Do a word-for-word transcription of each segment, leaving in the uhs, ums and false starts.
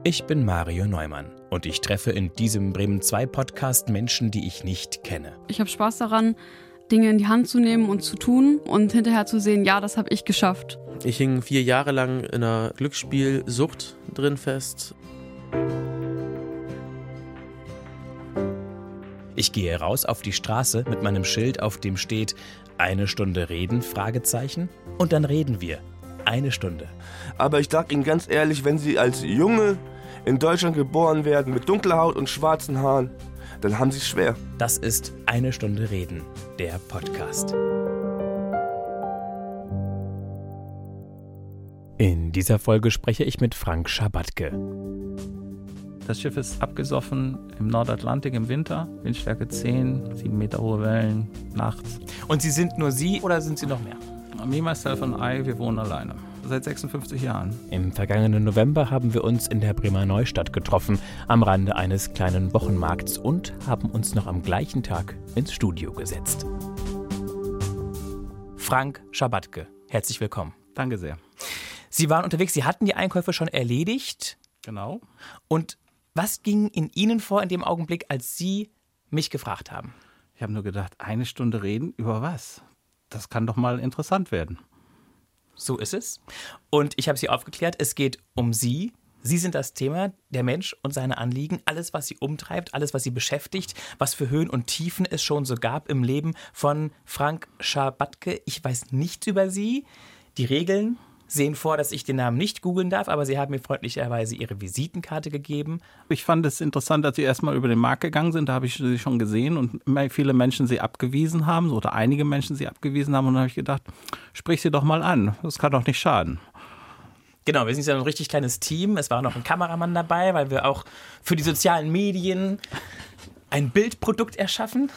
Ich bin Mario Neumann und ich treffe in diesem Bremen zwei Podcast Menschen, die ich nicht kenne. Ich habe Spaß daran, Dinge in die Hand zu nehmen und zu tun und hinterher zu sehen, ja, das habe ich geschafft. Ich hing vier Jahre lang in einer Glücksspielsucht drin fest. Ich gehe raus auf die Straße mit meinem Schild, auf dem steht eine Stunde reden, Fragezeichen. Und dann reden wir. Eine Stunde. Aber ich sag Ihnen ganz ehrlich, wenn Sie als Junge in Deutschland geboren werden, mit dunkler Haut und schwarzen Haaren, dann haben Sie es schwer. Das ist Eine Stunde Reden, der Podcast. In dieser Folge spreche ich mit Frank Schabatke. Das Schiff ist abgesoffen im Nordatlantik im Winter. Windstärke zehn, sieben Meter hohe Wellen, nachts. Und Sie sind nur Sie oder sind Sie noch mehr? Me, myself and I, wir wohnen alleine. Seit sechsundfünfzig Jahren. Im vergangenen November haben wir uns in der Bremer Neustadt getroffen, am Rande eines kleinen Wochenmarkts und haben uns noch am gleichen Tag ins Studio gesetzt. Frank Schabatke, herzlich willkommen. Danke sehr. Sie waren unterwegs, Sie hatten die Einkäufe schon erledigt. Genau. Und was ging in Ihnen vor in dem Augenblick, als Sie mich gefragt haben? Ich habe nur gedacht, eine Stunde reden über was? Das kann doch mal interessant werden. So ist es. Und ich habe Sie aufgeklärt, es geht um Sie. Sie sind das Thema, der Mensch und seine Anliegen. Alles, was Sie umtreibt, alles, was Sie beschäftigt, was für Höhen und Tiefen es schon so gab im Leben von Frank Schabatke. Ich weiß nichts über Sie. Die Regeln sehen vor, dass ich den Namen nicht googeln darf, aber Sie haben mir freundlicherweise Ihre Visitenkarte gegeben. Ich fand es interessant, dass Sie erstmal über den Markt gegangen sind. Da habe ich Sie schon gesehen und viele Menschen Sie abgewiesen haben oder einige Menschen Sie abgewiesen haben. Und da habe ich gedacht, sprich Sie doch mal an. Das kann doch nicht schaden. Genau, wir sind ja ein richtig kleines Team. Es war noch ein Kameramann dabei, weil wir auch für die sozialen Medien ein Bildprodukt erschaffen.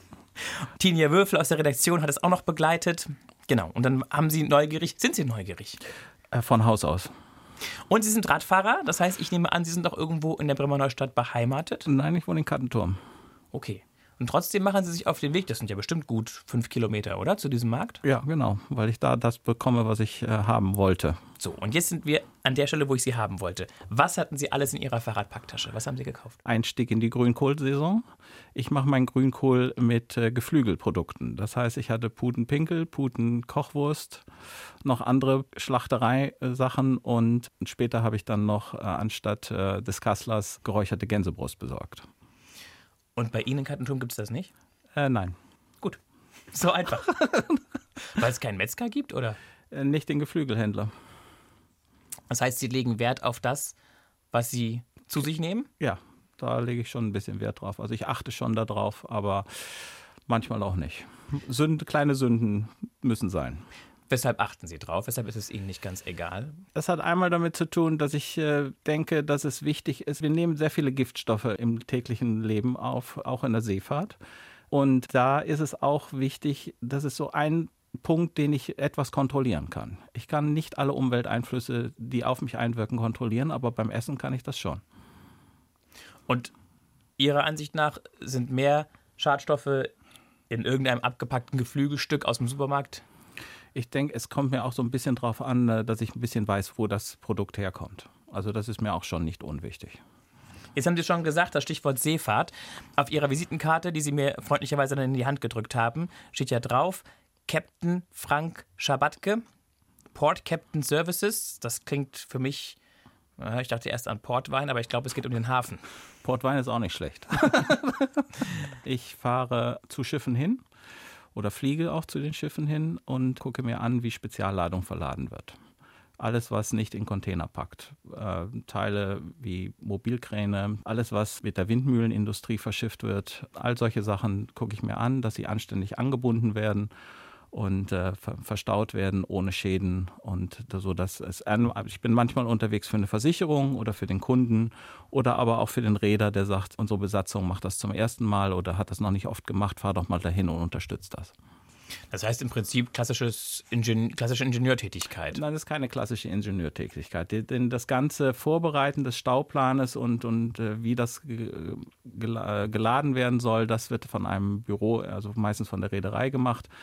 Tinja Würfel aus der Redaktion hat es auch noch begleitet. Genau, und dann haben Sie neugierig, sind Sie neugierig? Äh, von Haus aus. Und Sie sind Radfahrer, das heißt, ich nehme an, Sie sind auch irgendwo in der Bremer Neustadt beheimatet? Nein, ich wohne in Kattenturm. Okay. Und trotzdem machen Sie sich auf den Weg, das sind ja bestimmt gut fünf Kilometer, oder, zu diesem Markt? Ja, genau, weil ich da das bekomme, was ich äh, haben wollte. So, und jetzt sind wir an der Stelle, wo ich Sie haben wollte. Was hatten Sie alles in Ihrer Fahrradpacktasche? Was haben Sie gekauft? Einstieg in die Grünkohlsaison. Ich mache meinen Grünkohl mit äh, Geflügelprodukten. Das heißt, ich hatte Putenpinkel, Putenkochwurst, noch andere Schlachterei-Sachen und später habe ich dann noch äh, anstatt äh, des Kasslers geräucherte Gänsebrust besorgt. Und bei Ihnen in Kattenturm gibt es das nicht? Äh, nein. Gut, so einfach. Weil es keinen Metzger gibt, oder? Äh, nicht den Geflügelhändler. Das heißt, Sie legen Wert auf das, was Sie zu sich nehmen? Ja, da lege ich schon ein bisschen Wert drauf. Also ich achte schon darauf, aber manchmal auch nicht. Sünde, kleine Sünden müssen sein. Weshalb achten Sie drauf? Weshalb ist es Ihnen nicht ganz egal? Das hat einmal damit zu tun, dass ich äh, denke, dass es wichtig ist. Wir nehmen sehr viele Giftstoffe im täglichen Leben auf, auch in der Seefahrt. Und da ist es auch wichtig, dass es so ein Punkt, den ich etwas kontrollieren kann. Ich kann nicht alle Umwelteinflüsse, die auf mich einwirken, kontrollieren, aber beim Essen kann ich das schon. Und Ihrer Ansicht nach sind mehr Schadstoffe in irgendeinem abgepackten Geflügelstück aus dem Supermarkt? Ich denke, es kommt mir auch so ein bisschen drauf an, dass ich ein bisschen weiß, wo das Produkt herkommt. Also das ist mir auch schon nicht unwichtig. Jetzt haben Sie schon gesagt, das Stichwort Seefahrt. Auf Ihrer Visitenkarte, die Sie mir freundlicherweise dann in die Hand gedrückt haben, steht ja drauf, Captain Frank Schabatke, Port Captain Services. Das klingt für mich, ich dachte erst an Portwein, aber ich glaube, es geht um den Hafen. Portwein ist auch nicht schlecht. Ich fahre zu Schiffen hin oder fliege auch zu den Schiffen hin und gucke mir an, wie Spezialladung verladen wird. Alles, was nicht in Container packt. Äh, Teile wie Mobilkräne, alles, was mit der Windmühlenindustrie verschifft wird. All solche Sachen gucke ich mir an, dass sie anständig angebunden werden und äh, ver- verstaut werden ohne Schäden. Und so, dass es, ich bin manchmal unterwegs für eine Versicherung oder für den Kunden oder aber auch für den Reeder, der sagt, unsere Besatzung macht das zum ersten Mal oder hat das noch nicht oft gemacht, fahr doch mal dahin und unterstützt das. Das heißt im Prinzip klassisches Ingen- klassische Ingenieurtätigkeit. Nein, das ist keine klassische Ingenieurtätigkeit. Denn das ganze Vorbereiten des Stauplanes und, und äh, wie das ge- gel- geladen werden soll, das wird von einem Büro, also meistens von der Reederei gemacht.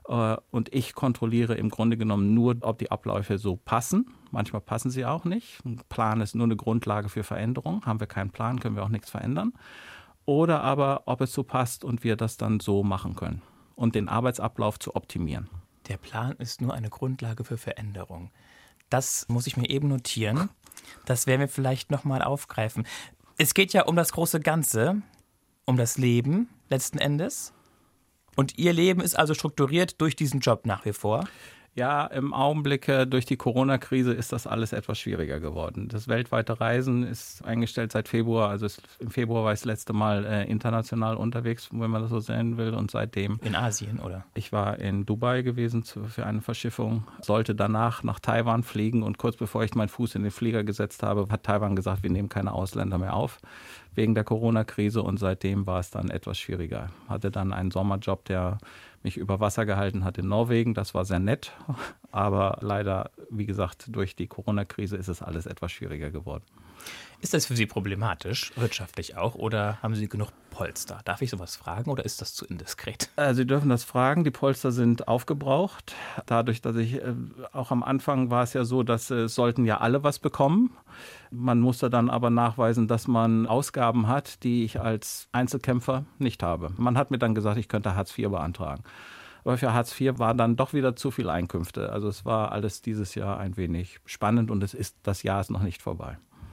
Und ich kontrolliere im Grunde genommen nur, ob die Abläufe so passen. Manchmal passen sie auch nicht. Ein Plan ist nur eine Grundlage für Veränderung. Haben wir keinen Plan, können wir auch nichts verändern. Oder aber, ob es so passt und wir das dann so machen können. Und den Arbeitsablauf zu optimieren. Der Plan ist nur eine Grundlage für Veränderung. Das muss ich mir eben notieren. Das werden wir vielleicht nochmal aufgreifen. Es geht ja um das große Ganze, um das Leben letzten Endes. Und Ihr Leben ist also strukturiert durch diesen Job nach wie vor? Ja, im Augenblick äh, durch die Corona-Krise ist das alles etwas schwieriger geworden. Das weltweite Reisen ist eingestellt seit Februar. Also es, im Februar war ich das letzte Mal äh, international unterwegs, wenn man das so sehen will. Und seitdem... In Asien, oder? Ich war in Dubai gewesen zu, für eine Verschiffung, sollte danach nach Taiwan fliegen. Und kurz bevor ich meinen Fuß in den Flieger gesetzt habe, hat Taiwan gesagt, wir nehmen keine Ausländer mehr auf wegen der Corona-Krise. Und seitdem war es dann etwas schwieriger. Hatte dann einen Sommerjob, der mich über Wasser gehalten hat in Norwegen. Das war sehr nett, aber leider, wie gesagt, durch die Corona-Krise ist es alles etwas schwieriger geworden. Ist das für Sie problematisch, wirtschaftlich auch, oder haben Sie genug Polster? Darf ich sowas fragen oder ist das zu indiskret? Äh, Sie dürfen das fragen. Die Polster sind aufgebraucht. Dadurch, dass ich, äh, auch am Anfang war es ja so, dass äh, sollten ja alle was bekommen. Man musste dann aber nachweisen, dass man Ausgaben hat, die ich als Einzelkämpfer nicht habe. Man hat mir dann gesagt, ich könnte Hartz vier beantragen. Aber für Hartz vier war dann doch wieder zu viel Einkünfte. Also es war alles dieses Jahr ein wenig spannend und es ist, das Jahr ist noch nicht vorbei.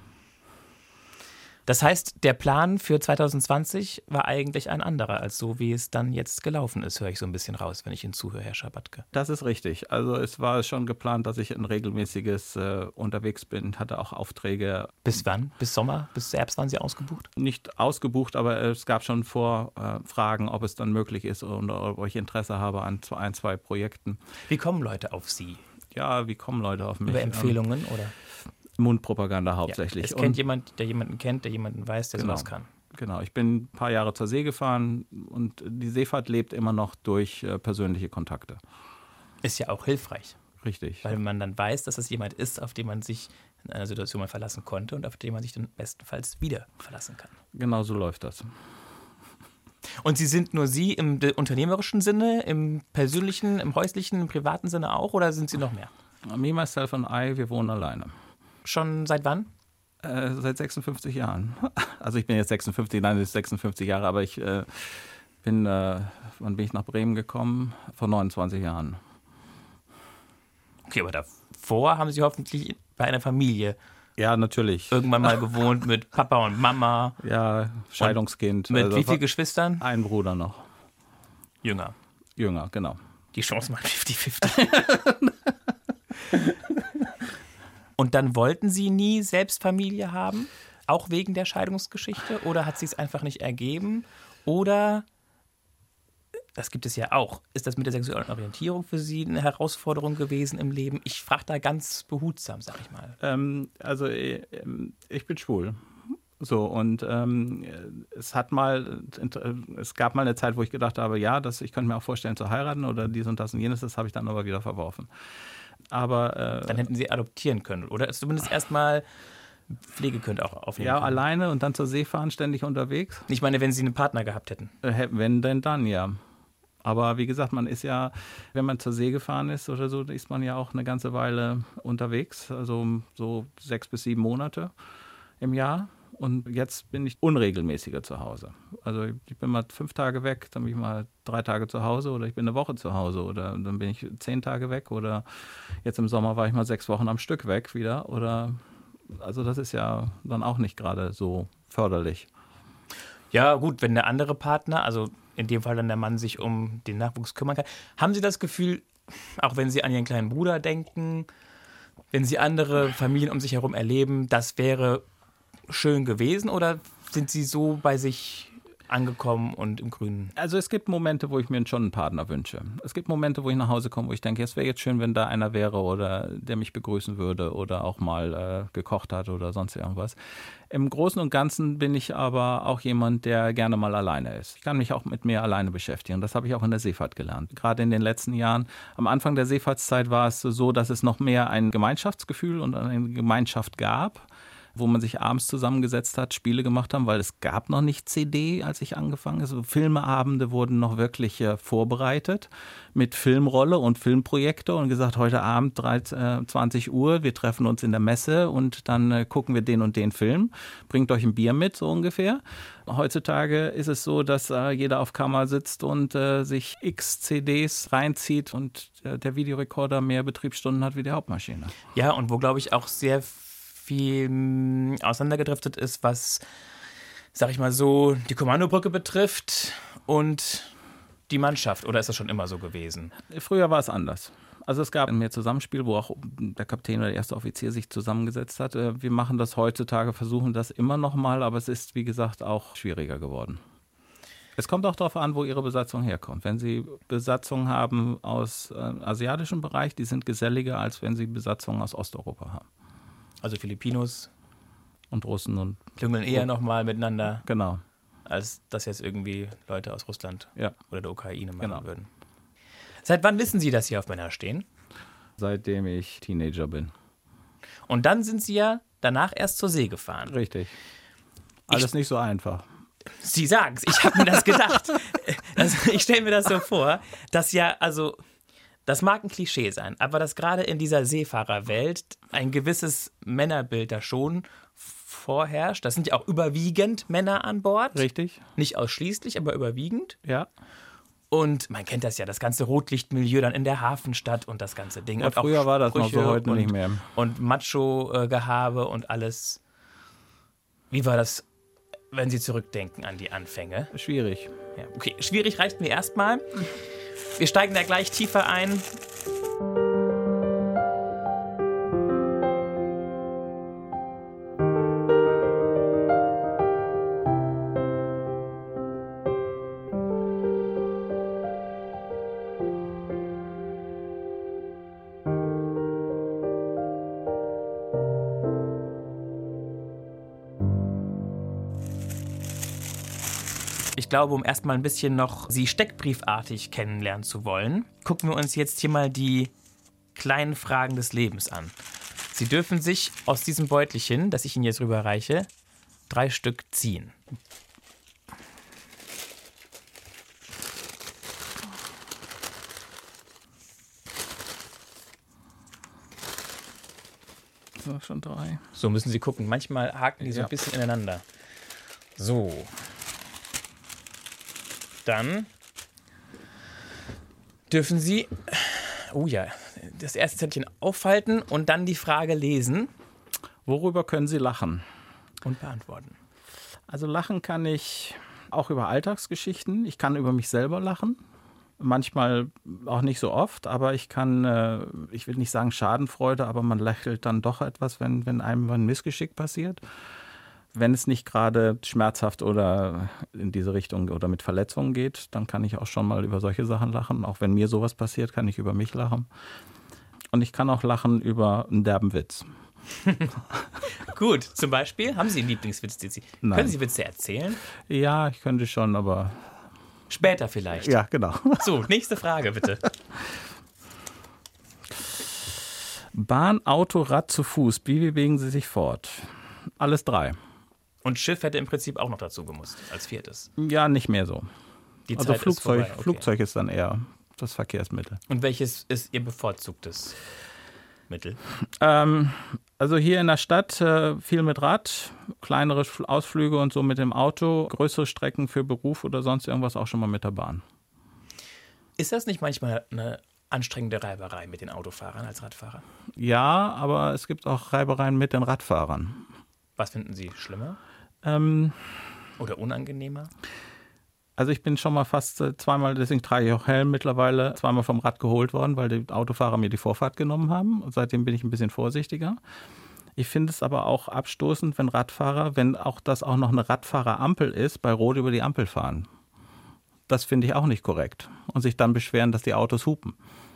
Das heißt, der Plan für zwanzig zwanzig war eigentlich ein anderer, als so, wie es dann jetzt gelaufen ist, höre ich so ein bisschen raus, wenn ich Ihnen zuhöre, Herr Schabatke. Das ist richtig. Also es war schon geplant, dass ich ein regelmäßiges äh, unterwegs bin, hatte auch Aufträge. Bis wann? Bis Sommer? Bis Herbst waren Sie ausgebucht? Nicht ausgebucht, aber es gab schon Vorfragen, äh, ob es dann möglich ist und ob ich Interesse habe an zwei, ein, zwei Projekten. Wie kommen Leute auf Sie? Ja, wie kommen Leute auf mich? Über Empfehlungen ähm, oder? Mundpropaganda hauptsächlich. Ja, es kennt und jemand, der jemanden kennt, der jemanden weiß, der genau, sowas kann. Genau, ich bin ein paar Jahre zur See gefahren und die Seefahrt lebt immer noch durch äh, persönliche Kontakte. Ist ja auch hilfreich. Richtig. Weil man dann weiß, dass es jemand ist, auf den man sich in einer Situation mal verlassen konnte und auf den man sich dann bestenfalls wieder verlassen kann. Genau so läuft das. Und Sie sind nur Sie im unternehmerischen Sinne, im persönlichen, im häuslichen, im privaten Sinne auch oder sind Sie noch mehr? Me, myself and I, wir wohnen alleine. Schon seit wann? Äh, seit sechsundfünfzig Jahren. Also ich bin jetzt sechsundfünfzig, nein, das ist sechsundfünfzig Jahre, aber ich äh, bin, äh, wann bin ich nach Bremen gekommen? Vor neunundzwanzig Jahren. Okay, aber davor haben Sie hoffentlich bei einer Familie ja, natürlich. irgendwann mal gewohnt mit Papa und Mama. Ja, Scheidungskind. Mit also wie vielen Geschwistern? Ein Bruder noch. Jünger. Jünger, genau. Die Chance mal fünfzig fünfzig. Und dann wollten Sie nie selbst Familie haben? Auch wegen der Scheidungsgeschichte? Oder hat sich es einfach nicht ergeben? Oder, das gibt es ja auch, ist das mit der sexuellen Orientierung für Sie eine Herausforderung gewesen im Leben? Ich frage da ganz behutsam, sag ich mal. Ähm, also ich, ich bin schwul. So, und ähm, es hat mal, es gab mal eine Zeit, wo ich gedacht habe, ja, das, ich könnte mir auch vorstellen zu heiraten oder dies und das und jenes, das habe ich dann aber wieder verworfen. Aber äh, dann hätten Sie adoptieren können oder zumindest erstmal Pflege könnte auch aufnehmen. Ja, können. alleine und dann zur See fahren, ständig unterwegs. Ich meine, wenn Sie einen Partner gehabt hätten. Äh, wenn denn dann, ja. Aber wie gesagt, man ist ja, wenn man zur See gefahren ist oder so, ist man ja auch eine ganze Weile unterwegs, also so sechs bis sieben Monate im Jahr. Und jetzt bin ich unregelmäßiger zu Hause. Also ich bin mal fünf Tage weg, dann bin ich mal drei Tage zu Hause oder ich bin eine Woche zu Hause oder dann bin ich zehn Tage weg oder jetzt im Sommer war ich mal sechs Wochen am Stück weg wieder. Oder also das ist ja dann auch nicht gerade so förderlich. Ja gut, wenn der andere Partner, also in dem Fall dann der Mann, sich um den Nachwuchs kümmern kann. Haben Sie das Gefühl, auch wenn Sie an Ihren kleinen Bruder denken, wenn Sie andere Familien um sich herum erleben, das wäre schön gewesen oder sind Sie so bei sich angekommen und im Grünen? Also es gibt Momente, wo ich mir schon einen Partner wünsche. Es gibt Momente, wo ich nach Hause komme, wo ich denke, es wäre jetzt schön, wenn da einer wäre oder der mich begrüßen würde oder auch mal äh, gekocht hat oder sonst irgendwas. Im Großen und Ganzen bin ich aber auch jemand, der gerne mal alleine ist. Ich kann mich auch mit mir alleine beschäftigen. Das habe ich auch in der Seefahrt gelernt. Gerade in den letzten Jahren. Am Anfang der Seefahrtszeit war es so, dass es noch mehr ein Gemeinschaftsgefühl und eine Gemeinschaft gab. wo man sich abends zusammengesetzt hat, Spiele gemacht haben, weil es gab noch nicht C D, als ich angefangen habe. Also Filmeabende wurden noch wirklich äh, vorbereitet mit Filmrolle und Filmprojektor und gesagt, heute Abend zwanzig Uhr, wir treffen uns in der Messe und dann äh, gucken wir den und den Film. Bringt euch ein Bier mit, so ungefähr. Heutzutage ist es so, dass äh, jeder auf Kammer sitzt und äh, sich x C Ds reinzieht und äh, der Videorekorder mehr Betriebsstunden hat wie die Hauptmaschine. Ja, und wo, glaube ich, auch sehr viel mh, auseinandergedriftet ist, was, sag ich mal so, die Kommandobrücke betrifft und die Mannschaft. Oder ist das schon immer so gewesen? Früher war es anders. Also es gab mehr Zusammenspiel, wo auch der Kapitän oder der erste Offizier sich zusammengesetzt hat. Wir machen das heutzutage, versuchen das immer noch mal, aber es ist, wie gesagt, auch schwieriger geworden. Es kommt auch darauf an, wo Ihre Besatzung herkommt. Wenn Sie Besatzungen haben aus äh, asiatischem Bereich, die sind geselliger, als wenn Sie Besatzungen aus Osteuropa haben. Also Filipinos und Russen und klüngeln eher noch mal miteinander, genau, als dass jetzt irgendwie Leute aus Russland ja. oder der Ukraine machen genau. würden. Seit wann wissen Sie, dass Sie auf Männer stehen? Seitdem ich Teenager bin. Und dann sind Sie ja danach erst zur See gefahren. Richtig. Alles ich, nicht so einfach. Sie sagen es, ich habe mir das gedacht. Also ich stelle mir das so vor, dass ja, also, das mag ein Klischee sein, aber dass gerade in dieser Seefahrerwelt ein gewisses Männerbild da schon vorherrscht. Das sind ja auch überwiegend Männer an Bord. Richtig. Nicht ausschließlich, aber überwiegend. Ja. Und man kennt das ja, das ganze Rotlichtmilieu dann in der Hafenstadt und das ganze Ding. Ja, und früher auch war das noch so, heute und, nicht mehr. Und Macho-Gehabe und alles. Wie war das, wenn Sie zurückdenken an die Anfänge? Schwierig. Ja, okay, schwierig reicht mir erstmal. Wir steigen da gleich tiefer ein. Ich glaube, um erstmal ein bisschen noch Sie steckbriefartig kennenlernen zu wollen, gucken wir uns jetzt hier mal die kleinen Fragen des Lebens an. Sie dürfen sich aus diesem Beutelchen, das ich Ihnen jetzt rüberreiche, drei Stück ziehen. So, schon drei. So müssen Sie gucken. Manchmal haken die so ja. ein bisschen ineinander. So. Dann dürfen Sie, oh ja, das erste Zettelchen aufhalten und dann die Frage lesen. Worüber können Sie lachen? Und beantworten. Also lachen kann ich auch über Alltagsgeschichten. Ich kann über mich selber lachen. Manchmal auch nicht so oft, aber ich kann, äh, ich will nicht sagen Schadenfreude, aber man lächelt dann doch etwas, wenn, wenn einem ein Missgeschick passiert. Wenn es nicht gerade schmerzhaft oder in diese Richtung oder mit Verletzungen geht, dann kann ich auch schon mal über solche Sachen lachen. Auch wenn mir sowas passiert, kann ich über mich lachen. Und ich kann auch lachen über einen derben Witz. Gut, zum Beispiel, haben Sie einen Lieblingswitz, den Sie... Nein. Können Sie Witze erzählen? Ja, ich könnte schon, aber... Später vielleicht. Ja, genau. So, nächste Frage bitte. Bahn, Auto, Rad, zu Fuß. Wie bewegen Sie sich fort? Alles drei. Und Schiff hätte im Prinzip auch noch dazu gemusst, als viertes. Ja, nicht mehr so. Die also Zeit Flugzeug, ist vorbei. Okay. Flugzeug ist dann eher das Verkehrsmittel. Und welches ist Ihr bevorzugtes Mittel? Ähm, also hier in der Stadt äh, viel mit Rad, kleinere Ausflüge und so mit dem Auto, größere Strecken für Beruf oder sonst irgendwas auch schon mal mit der Bahn. Ist das nicht manchmal eine anstrengende Reiberei mit den Autofahrern als Radfahrer? Ja, aber es gibt auch Reibereien mit den Radfahrern. Was finden Sie schlimmer? Ähm, Oder unangenehmer? Also ich bin schon mal fast äh, zweimal, deswegen trage ich auch Helm mittlerweile, zweimal vom Rad geholt worden, weil die Autofahrer mir die Vorfahrt genommen haben. Und seitdem bin ich ein bisschen vorsichtiger. Ich finde es aber auch abstoßend, wenn Radfahrer, wenn auch das auch noch eine Radfahrerampel ist, bei Rot über die Ampel fahren. Das finde ich auch nicht korrekt. Und sich dann beschweren, dass die Autos hupen.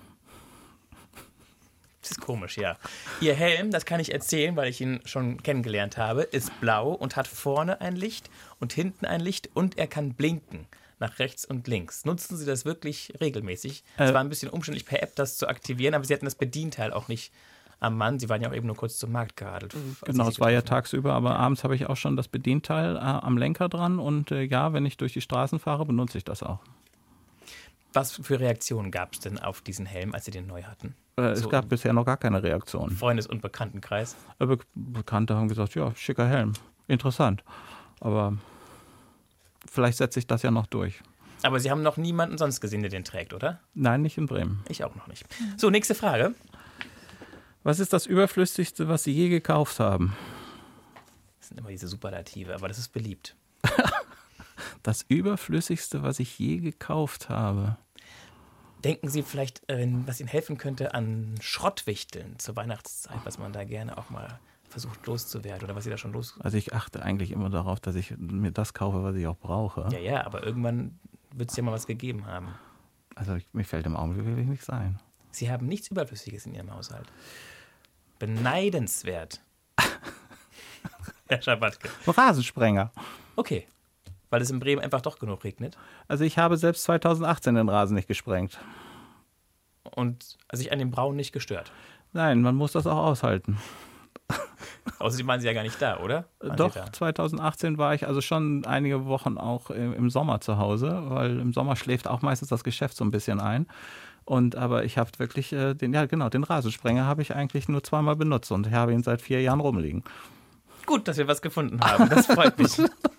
Das ist komisch, ja. Ihr Helm, das kann ich erzählen, weil ich ihn schon kennengelernt habe, ist blau und hat vorne ein Licht und hinten ein Licht und er kann blinken nach rechts und links. Nutzen Sie das wirklich regelmäßig? Es Äh, war ein bisschen umständlich per App das zu aktivieren, aber Sie hatten das Bedienteil auch nicht am Mann. Sie waren ja auch eben nur kurz zum Markt geradelt. Genau, es war ja tagsüber, aber abends habe ich auch schon das Bedienteil äh, am Lenker dran und äh, ja, wenn ich durch die Straßen fahre, benutze ich das auch. Was für Reaktionen gab es denn auf diesen Helm, als Sie den neu hatten? Äh, So es gab bisher noch gar keine Reaktion. Freundes- und Bekanntenkreis? Äh, Be Bekannte haben gesagt, ja, schicker Helm, interessant. Aber vielleicht setze ich das ja noch durch. Aber Sie haben noch niemanden sonst gesehen, der den trägt, oder? Nein, nicht in Bremen. Ich auch noch nicht. So, nächste Frage. Was ist das Überflüssigste, was Sie je gekauft haben? Das sind immer diese Superlative, aber das ist beliebt. Das Überflüssigste, was ich je gekauft habe. Denken Sie vielleicht, äh, was Ihnen helfen könnte, an Schrottwichteln zur Weihnachtszeit, was man da gerne auch mal versucht loszuwerden oder was Sie da schon los... Also ich achte eigentlich immer darauf, dass ich mir das kaufe, was ich auch brauche. Ja, ja, aber irgendwann wird es ja mal was gegeben haben. Also ich, mir fällt im Augenblick wirklich nichts ein. Sie haben nichts Überflüssiges in Ihrem Haushalt. Beneidenswert. Herr Schabatke. Rasensprenger. Okay, weil es in Bremen einfach doch genug regnet. Also ich habe selbst zweitausendachtzehn den Rasen nicht gesprengt. Und sich an dem Braun nicht gestört. Nein, man muss das auch aushalten. Außerdem waren Sie ja gar nicht da, oder? Waren Doch, Sie da? zweitausendachtzehn war ich also schon einige Wochen auch im im Sommer zu Hause, weil im Sommer schläft auch meistens das Geschäft so ein bisschen ein. Und aber ich habe wirklich äh, den, ja genau, den Rasensprenger habe ich eigentlich nur zweimal benutzt und ich habe ihn seit vier Jahren rumliegen. Gut, dass wir was gefunden haben. Das freut mich.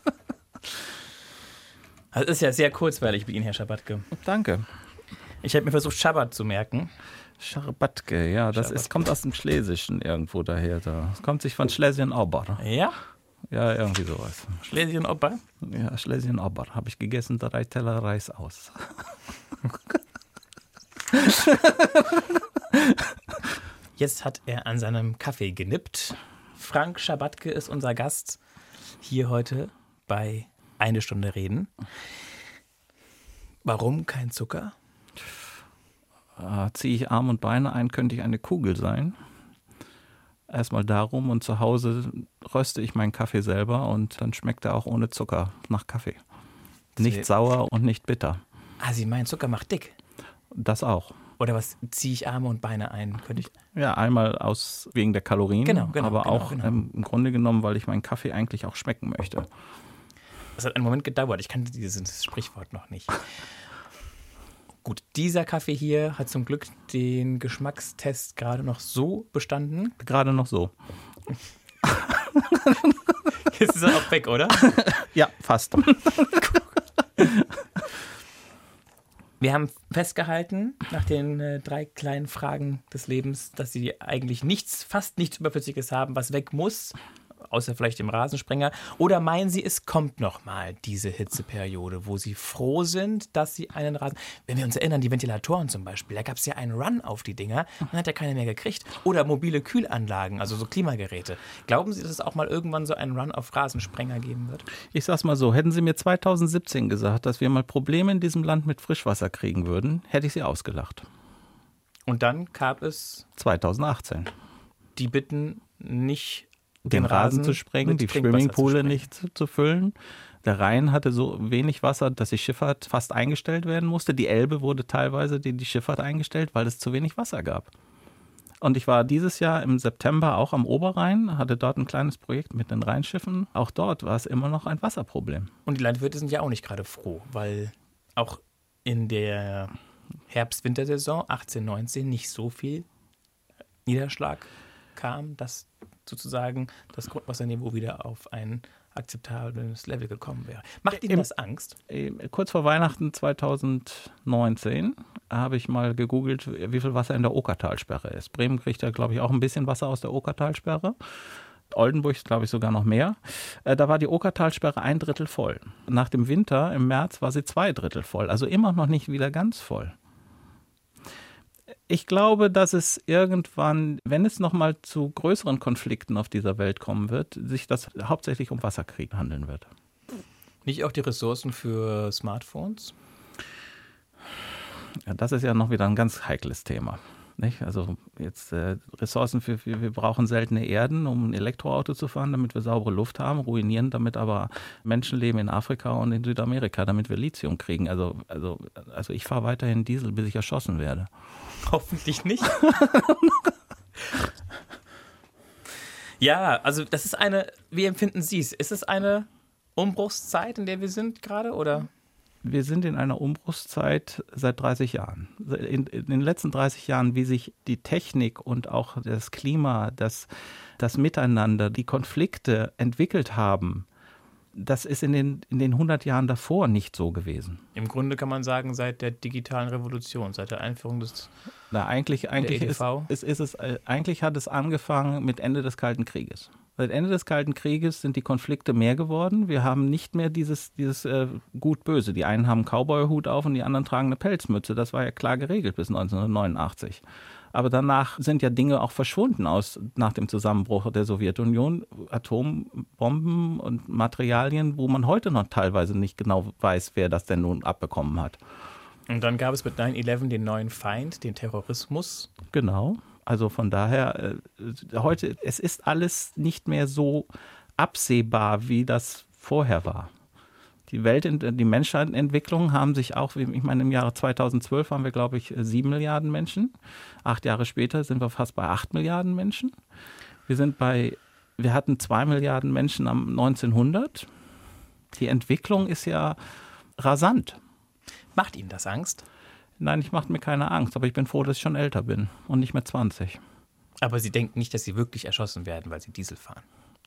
Das ist ja sehr kurzweilig mit Ihnen, Herr Schabatke. Danke. Ich habe mir versucht, Schabbat zu merken. Scharbatke, ja, das ist, kommt aus dem Schlesischen irgendwo daher. Da. Das kommt sich von Schlesien-Ober. Ja? Ja, irgendwie sowas. Schlesien-Ober? Ja, Schlesien-Ober. Habe ich gegessen, drei Teller Reis aus. Jetzt hat er an seinem Kaffee genippt. Frank Schabatke ist unser Gast hier heute bei Eine Stunde Reden. Warum kein Zucker? Äh, ziehe ich Arme und Beine ein, könnte ich eine Kugel sein. Erstmal darum und zu Hause röste ich meinen Kaffee selber und dann schmeckt er auch ohne Zucker nach Kaffee. Nicht Sie- sauer und nicht bitter. Ah, Sie meinen, Zucker macht dick. Das auch. Oder was ziehe ich Arme und Beine ein? Könnte ich. Ja, einmal aus wegen der Kalorien, Genau, genau, aber genau, auch genau. Ähm, im Grunde genommen, weil ich meinen Kaffee eigentlich auch schmecken möchte. Das hat einen Moment gedauert. Ich kannte dieses Sprichwort noch nicht. Gut, dieser Kaffee hier hat zum Glück den Geschmackstest gerade noch so bestanden. Gerade noch so. Jetzt ist er auch weg, oder? Ja, fast. Wir haben festgehalten, nach den äh, drei kleinen Fragen des Lebens, dass sie eigentlich nichts, fast nichts Überflüssiges haben, was weg muss, außer vielleicht dem Rasensprenger. Oder meinen Sie, es kommt noch mal diese Hitzeperiode, wo Sie froh sind, dass Sie einen Rasen... Wenn wir uns erinnern, die Ventilatoren zum Beispiel, da gab es ja einen Run auf die Dinger, dann hat ja keiner mehr gekriegt. Oder mobile Kühlanlagen, also so Klimageräte. Glauben Sie, dass es auch mal irgendwann so einen Run auf Rasensprenger geben wird? Ich sag's mal so, hätten Sie mir zweitausendsiebzehn gesagt, dass wir mal Probleme in diesem Land mit Frischwasser kriegen würden, hätte ich Sie ausgelacht. Und dann gab es zweitausendachtzehn. die Bitten, nicht Den, Rasen, zu sprengen, mit die Trinkwasser Swimmingpoole zu sprengen. nicht zu, zu füllen. Der Rhein hatte so wenig Wasser, dass die Schifffahrt fast eingestellt werden musste. Die Elbe wurde teilweise die, die Schifffahrt eingestellt, weil es zu wenig Wasser gab. Und ich war dieses Jahr im September auch am Oberrhein, hatte dort ein kleines Projekt mit den Rheinschiffen. Auch dort war es immer noch ein Wasserproblem. Und die Landwirte sind ja auch nicht gerade froh, weil auch in der Herbst-Wintersaison achtzehn neunzehn nicht so viel Niederschlag kam, dass sozusagen das Grundwasserniveau wieder auf ein akzeptables Level gekommen wäre. Macht Ihnen Im- das Angst? Äh, Kurz vor Weihnachten zweitausendneunzehn habe ich mal gegoogelt, wie viel Wasser in der Okertalsperre ist. Bremen kriegt ja, glaube ich, auch ein bisschen Wasser aus der Okertalsperre. Oldenburg, glaube ich, sogar noch mehr. Äh, Da war die Okertalsperre ein Drittel voll. Nach dem Winter, im März, war sie zwei Drittel voll. Also immer noch nicht wieder ganz voll. Ich glaube, dass es irgendwann, wenn es nochmal zu größeren Konflikten auf dieser Welt kommen wird, sich das hauptsächlich um Wasserkrieg handeln wird. Nicht auch die Ressourcen für Smartphones? Ja, das ist ja noch wieder ein ganz heikles Thema. Nicht? Also jetzt äh, Ressourcen für, für, wir brauchen seltene Erden, um ein Elektroauto zu fahren, damit wir saubere Luft haben, ruinieren damit aber Menschenleben in Afrika und in Südamerika, damit wir Lithium kriegen. Also, also, also ich fahre weiterhin Diesel, bis ich erschossen werde. Hoffentlich nicht. Ja, also das ist eine, wie empfinden Sie es? Ist es eine Umbruchszeit, in der wir sind gerade, oder? Wir sind in einer Umbruchszeit seit dreißig Jahren. In, in den letzten dreißig Jahren, wie sich die Technik und auch das Klima, das, das Miteinander, die Konflikte entwickelt haben, das ist in den, in den hundert Jahren davor nicht so gewesen. Im Grunde kann man sagen, seit der digitalen Revolution, seit der Einführung des Na, eigentlich, eigentlich, E D ist, V? ist, ist es, eigentlich hat es angefangen mit Ende des Kalten Krieges. Seit Ende des Kalten Krieges sind die Konflikte mehr geworden. Wir haben nicht mehr dieses, dieses äh, Gut-Böse. Die einen haben einen Cowboy-Hut auf und die anderen tragen eine Pelzmütze. Das war ja klar geregelt bis neunzehnhundertneunundachtzig. Aber danach sind ja Dinge auch verschwunden aus, nach dem Zusammenbruch der Sowjetunion. Atombomben und Materialien, wo man heute noch teilweise nicht genau weiß, wer das denn nun abbekommen hat. Und dann gab es mit neun elf den neuen Feind, den Terrorismus. Genau. Also von daher, äh, heute, es ist alles nicht mehr so absehbar, wie das vorher war. Die Welt, die Menschheitsentwicklung haben sich auch, ich meine, im Jahre zweitausendzwölf waren wir, glaube ich, sieben Milliarden Menschen. Acht Jahre später sind wir fast bei acht Milliarden Menschen. Wir sind bei, wir hatten zwei Milliarden Menschen am neunzehnhundert. Die Entwicklung ist ja rasant. Macht Ihnen das Angst? Nein, ich mache mir keine Angst, aber ich bin froh, dass ich schon älter bin und nicht mehr zwanzig. Aber Sie denken nicht, dass Sie wirklich erschossen werden, weil Sie Diesel fahren?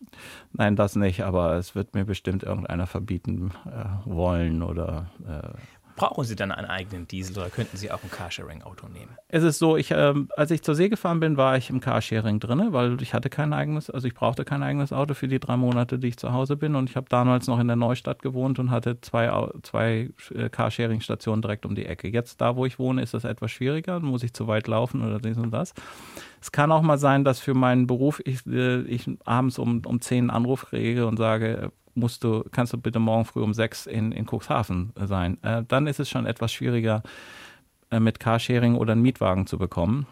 Nein, das nicht, aber es wird mir bestimmt irgendeiner verbieten äh, wollen oder... Äh Brauchen Sie dann einen eigenen Diesel oder könnten Sie auch ein Carsharing-Auto nehmen? Es ist so, ich, äh, als ich zur See gefahren bin, war ich im Carsharing drin, weil ich hatte kein eigenes, also ich brauchte kein eigenes Auto für die drei Monate, die ich zu Hause bin. Und ich habe damals noch in der Neustadt gewohnt und hatte zwei, zwei Carsharing-Stationen direkt um die Ecke. Jetzt, da wo ich wohne, ist das etwas schwieriger, dann muss ich zu weit laufen oder dies und das. Es kann auch mal sein, dass für meinen Beruf ich, äh, ich abends um, um zehn einen Anruf kriege und sage, musst du, kannst du bitte morgen früh um sechs in, in Cuxhaven sein. Äh, dann ist es schon etwas schwieriger, äh, mit Carsharing oder einen Mietwagen zu bekommen.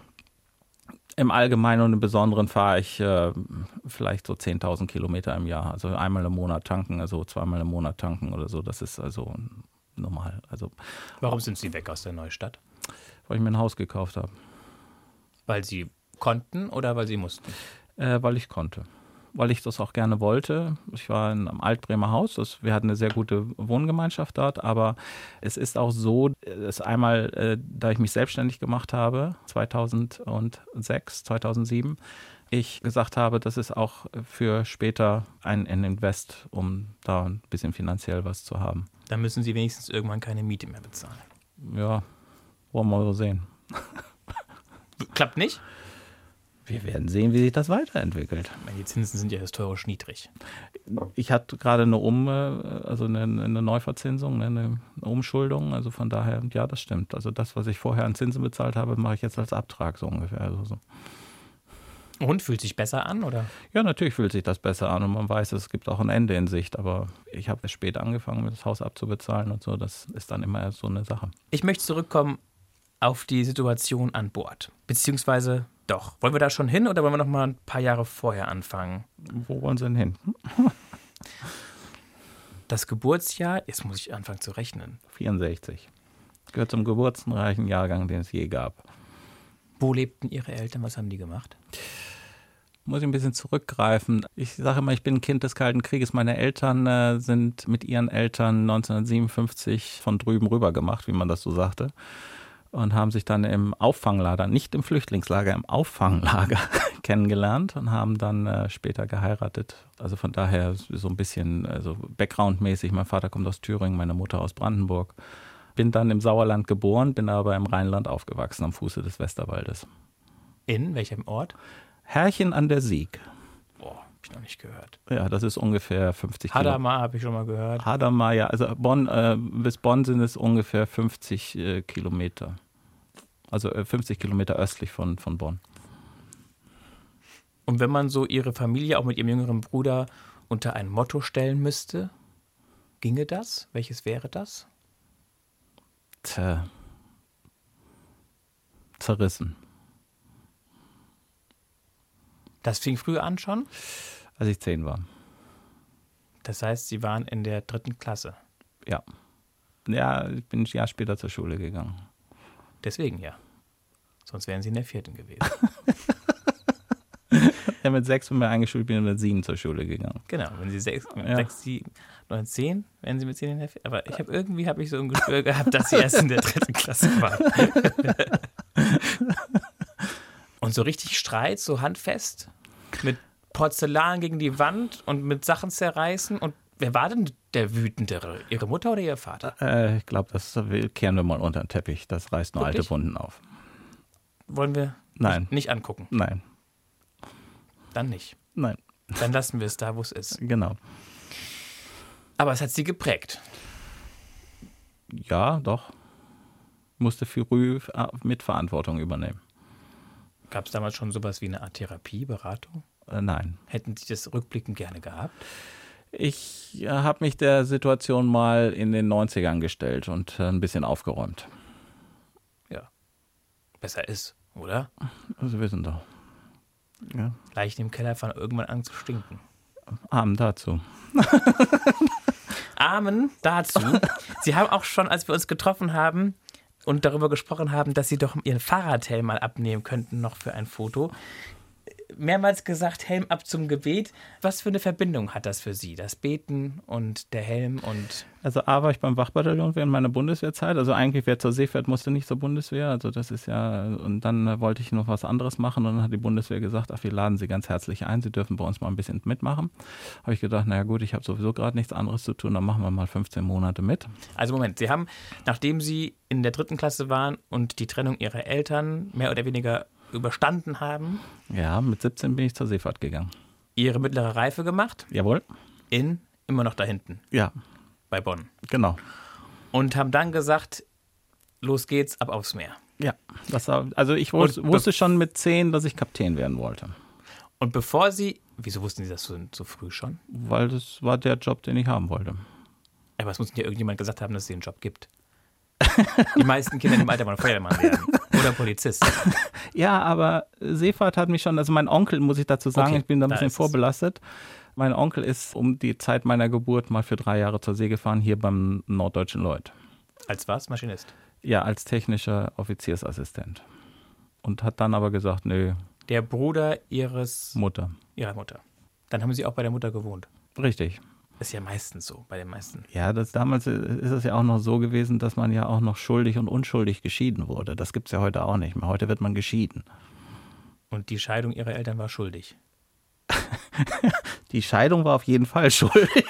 Im Allgemeinen und im Besonderen fahre ich äh, vielleicht so zehntausend Kilometer im Jahr. Also einmal im Monat tanken, also zweimal im Monat tanken oder so. Das ist also normal. Also, Warum sind Sie weg aus der Neustadt? Weil ich mir ein Haus gekauft habe. Weil Sie konnten oder weil Sie mussten? Äh, weil ich konnte. Weil ich das auch gerne wollte. Ich war in einem Altbremer Haus, das, wir hatten eine sehr gute Wohngemeinschaft dort, aber es ist auch so, dass einmal, äh, da ich mich selbstständig gemacht habe, zweitausendsechs, zweitausendsieben, ich gesagt habe, das ist auch für später ein, ein Invest, um da ein bisschen finanziell was zu haben. Dann müssen Sie wenigstens irgendwann keine Miete mehr bezahlen. Ja, wollen wir mal so sehen. Klappt nicht? Wir werden sehen, wie sich das weiterentwickelt. Die Zinsen sind ja historisch niedrig. Ich hatte gerade eine Um, also eine, eine Neuverzinsung, eine Umschuldung. Also von daher, ja, das stimmt. Also das, was ich vorher an Zinsen bezahlt habe, mache ich jetzt als Abtrag so ungefähr. Also so. Und fühlt sich besser an, oder? Ja, natürlich fühlt sich das besser an und man weiß, es gibt auch ein Ende in Sicht. Aber ich habe erst spät angefangen, das Haus abzubezahlen und so. Das ist dann immer so eine Sache. Ich möchte zurückkommen auf die Situation an Bord. Beziehungsweise doch. Wollen wir da schon hin oder wollen wir noch mal ein paar Jahre vorher anfangen? Wo wollen Sie denn hin? Das Geburtsjahr, jetzt muss ich anfangen zu rechnen. vierundsechzig. Gehört zum geburtenreichen Jahrgang, den es je gab. Wo lebten Ihre Eltern? Was haben die gemacht? Muss ich ein bisschen zurückgreifen. Ich sage immer, ich bin ein Kind des Kalten Krieges. Meine Eltern äh, sind mit ihren Eltern neunzehnhundertsiebenundfünfzig von drüben rüber gemacht, wie man das so sagte. Und haben sich dann im Auffanglager, nicht im Flüchtlingslager, im Auffanglager kennengelernt und haben dann äh, später geheiratet. Also von daher so ein bisschen also Background-mäßig. Mein Vater kommt aus Thüringen, meine Mutter aus Brandenburg. Bin dann im Sauerland geboren, bin aber im Rheinland aufgewachsen, am Fuße des Westerwaldes. In welchem Ort? Herrchen an der Sieg. Boah, hab ich noch nicht gehört. Ja, das ist ungefähr fünfzig Kilometer. Hadamar habe ich schon mal gehört. Hadamar, ja. Also Bonn, äh, bis Bonn sind es ungefähr fünfzig äh, Kilometer. Also äh, fünfzig Kilometer östlich von, von Bonn. Und wenn man so Ihre Familie, auch mit Ihrem jüngeren Bruder, unter ein Motto stellen müsste, ginge das? Welches wäre das? Tja. Zerrissen. Das fing früh an schon? Als ich zehn war. Das heißt, Sie waren in der dritten Klasse? Ja. Ja, ich bin ein Jahr später zur Schule gegangen. Deswegen ja. Sonst wären Sie in der vierten gewesen. Ja, mit sechs bin ich eingeschult, bin ich mit sieben zur Schule gegangen. Genau, wenn Sie sechs, Ja. sechs sieben, neun, zehn, werden Sie mit zehn in der Vier. Aber ich habe irgendwie habe ich so ein Gespür gehabt, dass Sie erst in der dritten Klasse waren. Und so richtig Streit, so handfest, mit Porzellan gegen die Wand und mit Sachen zerreißen. Und wer war denn der Wütendere? Ihre Mutter oder Ihr Vater? Äh, ich glaube, das kehren wir mal unter den Teppich. Das reißt nur Wirklich? alte Wunden auf. Wollen wir Nein. Nicht, nicht angucken? Nein, Dann nicht. nein, Dann lassen wir es da, wo es ist. genau. Aber es hat Sie geprägt. Ja, doch. Musste früh mit Verantwortung übernehmen. Gab es damals schon sowas wie eine Art Therapie, Beratung? Äh, nein. Hätten Sie das rückblickend gerne gehabt? Ich äh, habe mich der Situation mal in den neunzigern gestellt und äh, ein bisschen aufgeräumt. Ja. Besser ist, oder? Sie wissen doch. Ja. Leichen im Keller fangen irgendwann an zu stinken. Abend dazu. Amen dazu. Sie haben auch schon, als wir uns getroffen haben und darüber gesprochen haben, dass Sie doch Ihren Fahrradhelm mal abnehmen könnten, noch für ein Foto, mehrmals gesagt, Helm ab zum Gebet. Was für eine Verbindung hat das für Sie, das Beten und der Helm? Und Also A war ich beim Wachbataillon während meiner Bundeswehrzeit. Also eigentlich, wer zur See fährt, musste nicht zur Bundeswehr. Also das ist ja, und dann äh, wollte ich noch was anderes machen und dann hat die Bundeswehr gesagt, ach, wir laden Sie ganz herzlich ein, Sie dürfen bei uns mal ein bisschen mitmachen. Habe ich gedacht, naja gut, ich habe sowieso gerade nichts anderes zu tun, dann machen wir mal fünfzehn Monate mit. also Moment, Sie haben, nachdem Sie in der dritten Klasse waren und die Trennung Ihrer Eltern mehr oder weniger überstanden haben, Ja, mit siebzehn bin ich zur Seefahrt gegangen. Ihre mittlere Reife gemacht, Jawohl. in, immer noch da hinten, Ja, bei Bonn. genau. Und haben dann gesagt, los geht's, ab aufs Meer. Ja, das war, also ich wus Und wusste schon mit zehn, dass ich Kapitän werden wollte. Und bevor Sie, wieso wussten Sie das so, so früh schon? Weil das war der Job, den ich haben wollte. Aber es muss ja irgendjemand gesagt haben, dass es den Job gibt. Die meisten Kinder im Alter wollen Feuerwehrmann werden. Oder Polizist. Ja, aber Seefahrt hat mich schon, also mein Onkel, muss ich dazu sagen, Okay, ich bin da ein da bisschen ist es. vorbelastet. Mein Onkel ist um die Zeit meiner Geburt mal für drei Jahre zur See gefahren, hier beim Norddeutschen Lloyd. Als was? Maschinist. Ja, als technischer Offiziersassistent. Und hat dann aber gesagt, nö, Der Bruder Ihres, Mutter. Ihrer Mutter. Dann haben Sie auch bei der Mutter gewohnt. Richtig. Das ist ja meistens so, bei den meisten. Ja, das, damals ist es ja auch noch so gewesen, dass man ja auch noch schuldig und unschuldig geschieden wurde. Das gibt es ja heute auch nicht mehr. Heute wird man geschieden. Und die Scheidung Ihrer Eltern war schuldig. Die Scheidung war auf jeden Fall schuldig.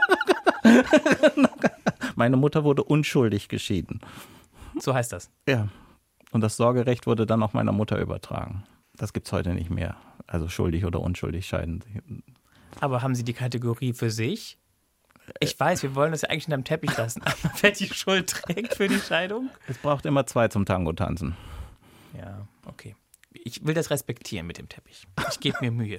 Meine Mutter wurde unschuldig geschieden. So heißt das. Ja. Und das Sorgerecht wurde dann auch meiner Mutter übertragen. Das gibt es heute nicht mehr. Also schuldig oder unschuldig scheiden. Aber haben Sie die Kategorie für sich? Ich weiß, wir wollen das ja eigentlich unterm Teppich lassen. Aber wer die Schuld trägt für die Scheidung? Es braucht immer zwei zum Tango tanzen. Ja, okay. Ich will das respektieren mit dem Teppich. Ich gebe mir Mühe.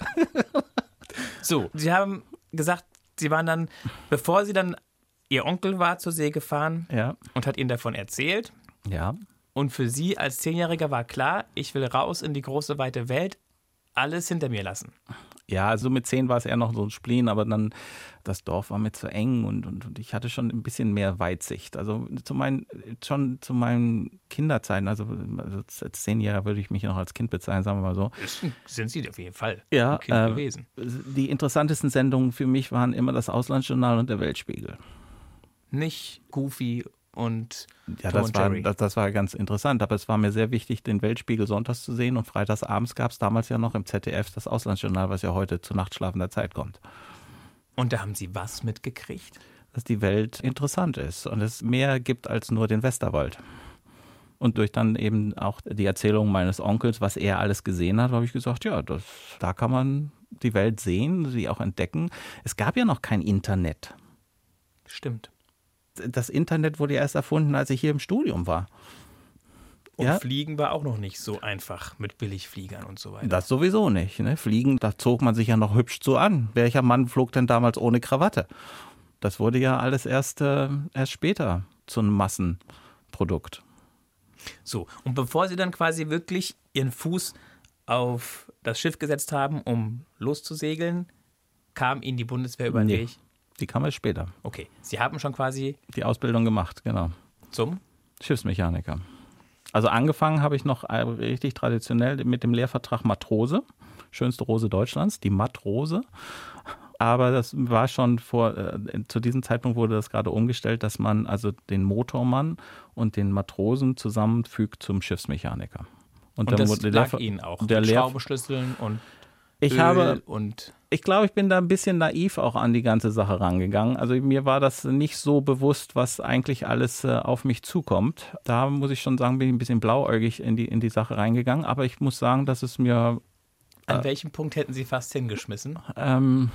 So, Sie haben gesagt, Sie waren dann, bevor Sie dann, Ihr Onkel war zur See gefahren Ja. und hat Ihnen davon erzählt. Ja. Und für Sie als Zehnjähriger war klar, ich will raus in die große, weite Welt, alles hinter mir lassen. Ja, also mit zehn war es eher noch so ein Spleen, aber dann, das Dorf war mir zu eng und, und, und ich hatte schon ein bisschen mehr Weitsicht. Also zu meinen, schon zu meinen Kinderzeiten, also, also als Zehnjähriger würde ich mich noch als Kind bezeichnen, sagen wir mal so. Sind Sie auf jeden Fall Ja, ein Kind äh, gewesen. Die interessantesten Sendungen für mich waren immer das Auslandsjournal und der Weltspiegel. Nicht Goofy und Ja, Tom das und war, Jerry. das, das war ganz interessant, aber es war mir sehr wichtig, den Weltspiegel sonntags zu sehen und freitags abends gab es damals ja noch im Z D F das Auslandsjournal, was ja heute zu nachtschlafender Zeit kommt. Und da haben Sie was mitgekriegt? Dass die Welt interessant ist und es mehr gibt als nur den Westerwald. Und durch dann eben auch die Erzählung meines Onkels, was er alles gesehen hat, habe ich gesagt, ja, das, da kann man die Welt sehen, sie auch entdecken. Es gab ja noch kein Internet. Stimmt. Das Internet wurde ja erst erfunden, als ich hier im Studium war. Und Ja? Fliegen war auch noch nicht so einfach mit Billigfliegern und so weiter. Das sowieso nicht. Ne? Fliegen, da zog man sich ja noch hübsch so an. Welcher Mann flog denn damals ohne Krawatte? Das wurde ja alles erst, äh, erst später zu einem Massenprodukt. So, und bevor Sie dann quasi wirklich Ihren Fuß auf das Schiff gesetzt haben, um loszusegeln, kam Ihnen die Bundeswehr über den Nee. Weg? Die kam erst später. Okay, Sie haben schon quasi Die Ausbildung gemacht, genau. zum Schiffsmechaniker. Also angefangen habe ich noch richtig traditionell mit dem Lehrvertrag Matrose. schönste Rose Deutschlands, die Mattrose. Aber das war schon vor, äh, zu diesem Zeitpunkt wurde das gerade umgestellt, dass man also den Motormann und den Matrosen zusammenfügt zum Schiffsmechaniker. Und, und das wurde lag der, Ihnen auch, der mit Lehr- Schraubenschlüsseln und ich Öl habe, und... Ich glaube, ich bin da ein bisschen naiv auch an die ganze Sache rangegangen. Also mir war das nicht so bewusst, was eigentlich alles äh, auf mich zukommt. Da muss ich schon sagen, bin ich ein bisschen blauäugig in die, in die Sache reingegangen. Aber ich muss sagen, dass es mir... An äh, welchem Punkt hätten Sie fast hingeschmissen? Ähm...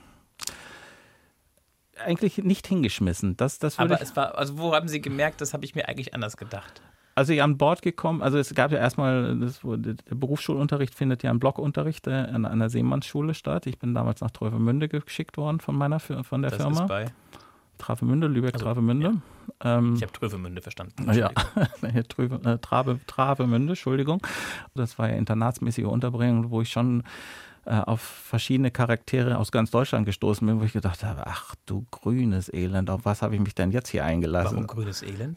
Eigentlich nicht hingeschmissen. Das, das würde Aber ich, es war, also wo haben Sie gemerkt, das habe ich mir eigentlich anders gedacht? als ich an Bord gekommen, also es gab ja erstmal, das, der Berufsschulunterricht findet ja im Blockunterricht äh, an einer Seemannsschule statt. Ich bin damals nach Travemünde geschickt worden von meiner von der Das Firma. ist bei... Travemünde, Lübeck, Also, Travemünde. Ähm, Ich habe Trövemünde verstanden. Ja, Tröve, äh, Trave, Travemünde, Entschuldigung. Das war ja internatsmäßige Unterbringung, wo ich schon äh, auf verschiedene Charaktere aus ganz Deutschland gestoßen bin, wo ich gedacht habe, ach du grünes Elend, auf was habe ich mich denn jetzt hier eingelassen? Warum grünes Elend?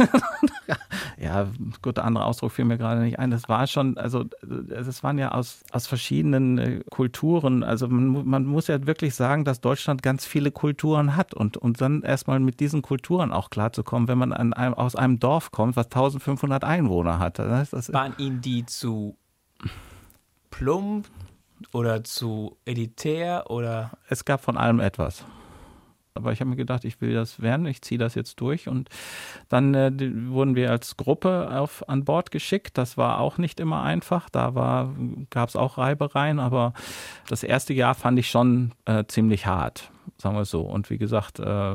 Ja, gut, der andere Ausdruck fiel mir gerade nicht ein. Das war schon, also es waren ja aus, aus verschiedenen äh, Kulturen. Also man, mu- man muss ja wirklich sagen, dass Deutschland ganz viele Kulturen hat und, und dann erstmal mit diesen Kulturen auch klarzukommen, wenn man an einem, aus einem Dorf kommt, was eintausendfünfhundert Einwohner hat. Das, das, Waren Ihnen die zu plump oder zu elitär oder... es gab von allem etwas. Aber ich habe mir gedacht, ich will das werden, ich ziehe das jetzt durch. Und dann äh, die, wurden wir als Gruppe auf, an Bord geschickt. Das war auch nicht immer einfach. Da gab es auch Reibereien. Aber das erste Jahr fand ich schon äh, ziemlich hart, sagen wir es so. Und wie gesagt, äh,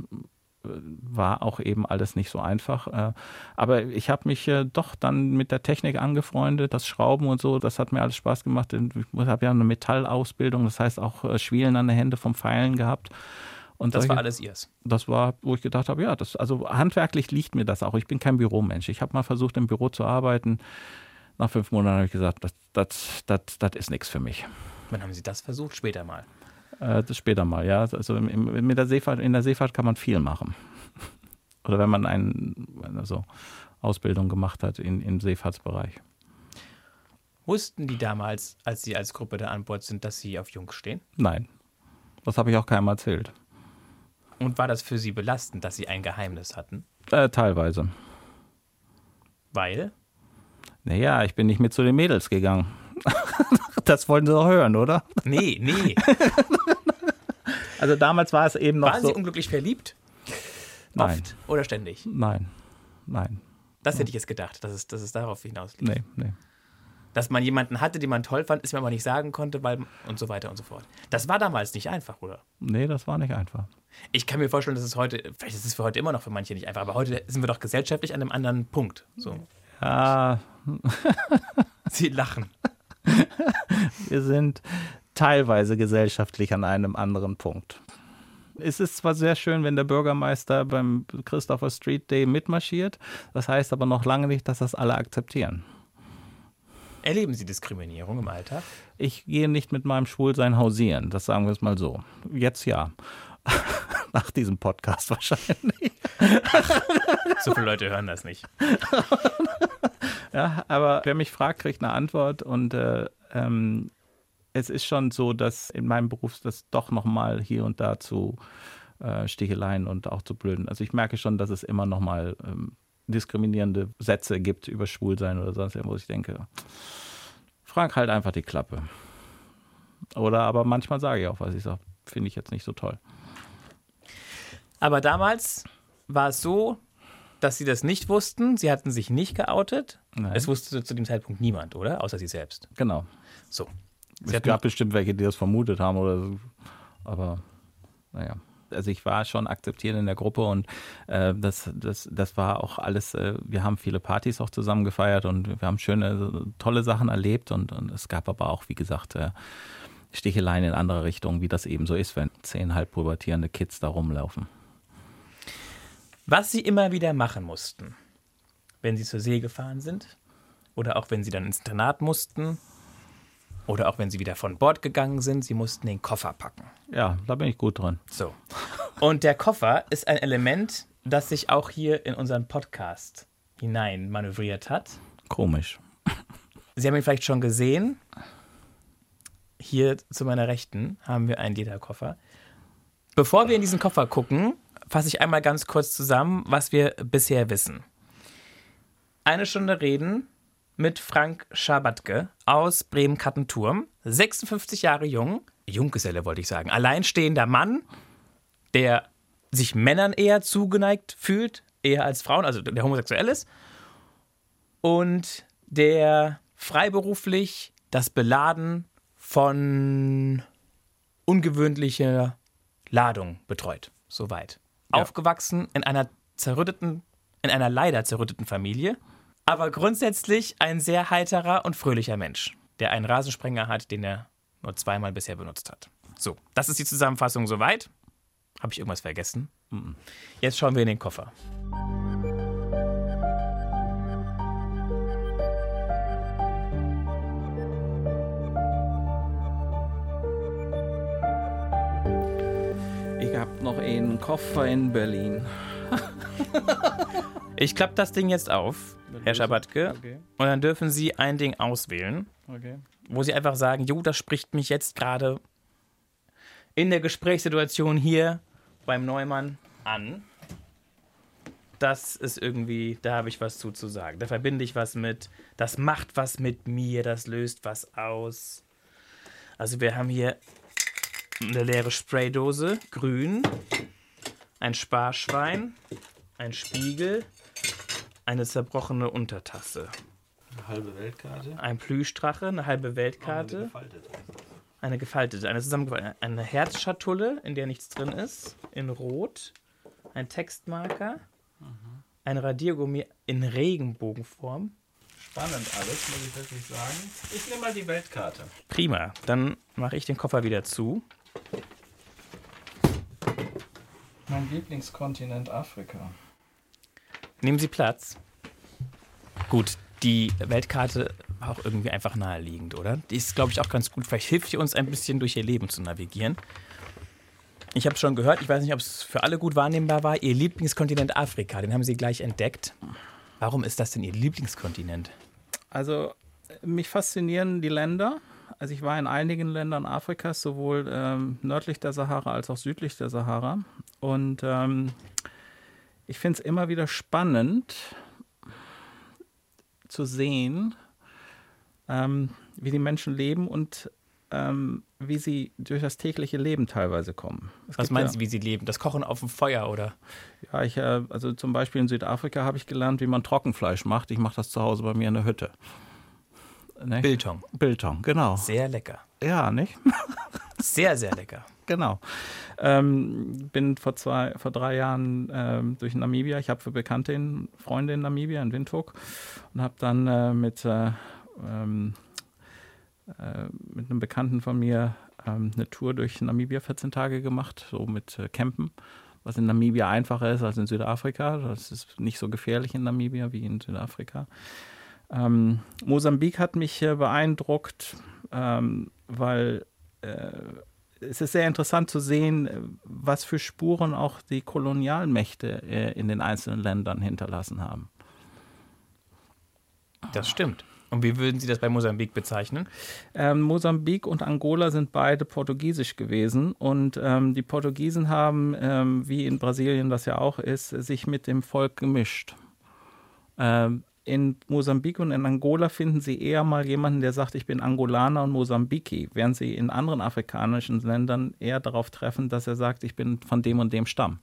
war auch eben alles nicht so einfach. Äh, aber ich habe mich äh, doch dann mit der Technik angefreundet, das Schrauben und so, das hat mir alles Spaß gemacht. Ich habe ja eine Metallausbildung, das heißt auch äh, Schwielen an der Hände vom Feilen gehabt. Und Das solche, war alles Ihrs. Das war, wo ich gedacht habe, ja, das, also handwerklich liegt mir das auch. Ich bin kein Büromensch. Ich habe mal versucht, im Büro zu arbeiten. Nach fünf Monaten habe ich gesagt, das, das, das, das ist nichts für mich. Wann haben Sie das versucht? Später mal. Äh, das später mal, ja. Also im, im, mit der Seefahrt, in der Seefahrt kann man viel machen. Oder wenn man ein, also Ausbildung gemacht hat in, im Seefahrtsbereich. Wussten die damals, als Sie als Gruppe da an Bord sind, dass Sie auf Jungs stehen? Nein, das habe ich auch keinem erzählt. Und war das für Sie belastend, dass Sie ein Geheimnis hatten? Äh, teilweise. Weil? Naja, ich bin nicht mit zu den Mädels gegangen. Das wollen Sie doch hören, oder? Nee, nee. Also damals war es eben noch Waren so. Sie unglücklich verliebt? Nein. Oft oder ständig? Nein, nein. Das hätte ich jetzt gedacht, dass es, dass es darauf hinausliegt. Nee, nee. Dass man jemanden hatte, den man toll fand, ist mir aber nicht sagen konnte, weil und so weiter und so fort. Das war damals nicht einfach, oder? Nee, das war nicht einfach. Ich kann mir vorstellen, dass es heute, vielleicht ist es für heute immer noch für manche nicht einfach, aber heute sind wir doch gesellschaftlich an einem anderen Punkt. So. Ja, Sie lachen. wir sind teilweise gesellschaftlich an einem anderen Punkt. Es ist zwar sehr schön, wenn der Bürgermeister beim Christopher Street Day mitmarschiert, das heißt aber noch lange nicht, dass das alle akzeptieren. Erleben Sie Diskriminierung im Alltag? Ich gehe nicht mit meinem Schwulsein hausieren, das sagen wir es mal so. Jetzt ja. Nach diesem Podcast wahrscheinlich. So viele Leute hören das nicht. Ja, aber wer mich fragt, kriegt eine Antwort und äh, ähm, es ist schon so, dass in meinem Beruf das doch nochmal hier und da zu äh, Sticheleien und auch zu blöden. Also ich merke schon, dass es immer nochmal ähm, diskriminierende Sätze gibt über Schwulsein oder sonst, wo ich denke, frag halt einfach die Klappe. Oder aber manchmal sage ich auch, was ich sage, finde ich jetzt nicht so toll. Aber damals war es so, dass Sie das nicht wussten. Sie hatten sich nicht geoutet. Nein. Es wusste zu dem Zeitpunkt niemand, oder? Außer Sie selbst. Genau. So. Sie Es hatten, gab bestimmt welche, die das vermutet haben oder so. Aber naja. Also ich war schon akzeptiert in der Gruppe und äh, das, das, das war auch alles, äh, wir haben viele Partys auch zusammen gefeiert und wir haben schöne, tolle Sachen erlebt und, und es gab aber auch, wie gesagt, äh, Sticheleien in andere Richtungen, wie das eben so ist, wenn zehn halb pubertierende Kids da rumlaufen. was Sie immer wieder machen mussten, wenn Sie zur See gefahren sind oder auch wenn Sie dann ins Internat mussten oder auch wenn Sie wieder von Bord gegangen sind, Sie mussten den Koffer packen. Ja, da bin ich gut drin. So. Und der Koffer ist ein Element, das sich auch hier in unseren Podcast hinein manövriert hat. Komisch. Sie haben ihn vielleicht schon gesehen. hier zu meiner Rechten haben wir einen Lederkoffer. Bevor wir in diesen Koffer gucken, fasse ich einmal ganz kurz zusammen, was wir bisher wissen. Eine Stunde reden mit Frank Schabatke aus Bremen-Kattenturm. sechsundfünfzig Jahre jung, Junggeselle wollte ich sagen, alleinstehender Mann, der sich Männern eher zugeneigt fühlt, eher als Frauen, also der homosexuell ist. Und der freiberuflich das Beladen von ungewöhnlicher Ladung betreut. Soweit. Ja. Aufgewachsen in einer zerrütteten, in einer leider zerrütteten Familie, aber grundsätzlich ein sehr heiterer und fröhlicher Mensch, der einen Rasensprenger hat, den er nur zweimal bisher benutzt hat. So, das ist die Zusammenfassung soweit. Habe ich irgendwas vergessen? Jetzt schauen wir in den Koffer. Ich habe noch einen Koffer in Berlin. Ich klappe das Ding jetzt auf, Herr Schabatke, okay. Und dann dürfen Sie ein Ding auswählen, okay. Wo Sie einfach sagen, jo, das spricht mich jetzt gerade in der Gesprächssituation hier beim Neumann an. Das ist irgendwie, da habe ich was zu, zu sagen. Da verbinde ich was mit, das macht was mit mir, das löst was aus. Also wir haben hier eine leere Spraydose, grün, ein Sparschwein, ein Spiegel, eine zerbrochene Untertasse. Eine halbe Weltkarte. Ein Plüschdrache, eine halbe Weltkarte. Eine gefaltete. Eine gefaltete, eine zusammengefaltete. Eine Herzschatulle, in der nichts drin ist, in Rot. Ein Textmarker. Mhm. Ein Radiergummi in Regenbogenform. Spannend alles, muss ich wirklich sagen. Ich nehme mal die Weltkarte. Prima, dann mache ich den Koffer wieder zu. Mein Lieblingskontinent Afrika. Nehmen Sie Platz. Gut, die Weltkarte war auch irgendwie einfach naheliegend, oder? Die ist, glaube ich, auch ganz gut. Vielleicht hilft sie uns ein bisschen durch ihr Leben zu navigieren. Ich habe schon gehört, ich weiß nicht, ob es für alle gut wahrnehmbar war, Ihr Lieblingskontinent Afrika, den haben Sie gleich entdeckt. Warum ist das denn Ihr Lieblingskontinent? Also, mich faszinieren die Länder. Also ich war in einigen Ländern Afrikas, sowohl ähm, nördlich der Sahara als auch südlich der Sahara. Und ähm, ich finde es immer wieder spannend zu sehen, ähm, wie die Menschen leben und ähm, wie sie durch das tägliche Leben teilweise kommen. Es Was meinen ja, Sie, wie sie leben? Das Kochen auf dem Feuer, oder? Ja, ich, äh, also zum Beispiel in Südafrika habe ich gelernt, wie man Trockenfleisch macht. Ich mache das zu Hause bei mir in der Hütte. Nicht? Biltong. Biltong, genau. Sehr lecker. Ja, nicht? Sehr, sehr lecker. Genau. Ähm, bin vor zwei, vor drei Jahren ähm, durch Namibia. Ich habe für Bekannte in, Freunde in Namibia, in Windhoek, und habe dann äh, mit, äh, ähm, äh, mit einem Bekannten von mir ähm, eine Tour durch Namibia vierzehn Tage gemacht, so mit äh, Campen, was in Namibia einfacher ist als in Südafrika. Das ist nicht so gefährlich in Namibia wie in Südafrika. Ähm, Mosambik hat mich äh, beeindruckt, ähm, weil äh, es ist sehr interessant zu sehen, was für Spuren auch die Kolonialmächte äh, in den einzelnen Ländern hinterlassen haben. Das stimmt. Und wie würden Sie das bei Mosambik bezeichnen? Ähm, Mosambik und Angola sind beide portugiesisch gewesen und ähm, die Portugiesen haben, ähm, wie in Brasilien das ja auch ist, sich mit dem Volk gemischt. Ähm, In Mosambik und in Angola finden Sie eher mal jemanden, der sagt, ich bin Angolaner und Mosambiki, während Sie in anderen afrikanischen Ländern eher darauf treffen, dass er sagt, ich bin von dem und dem Stamm.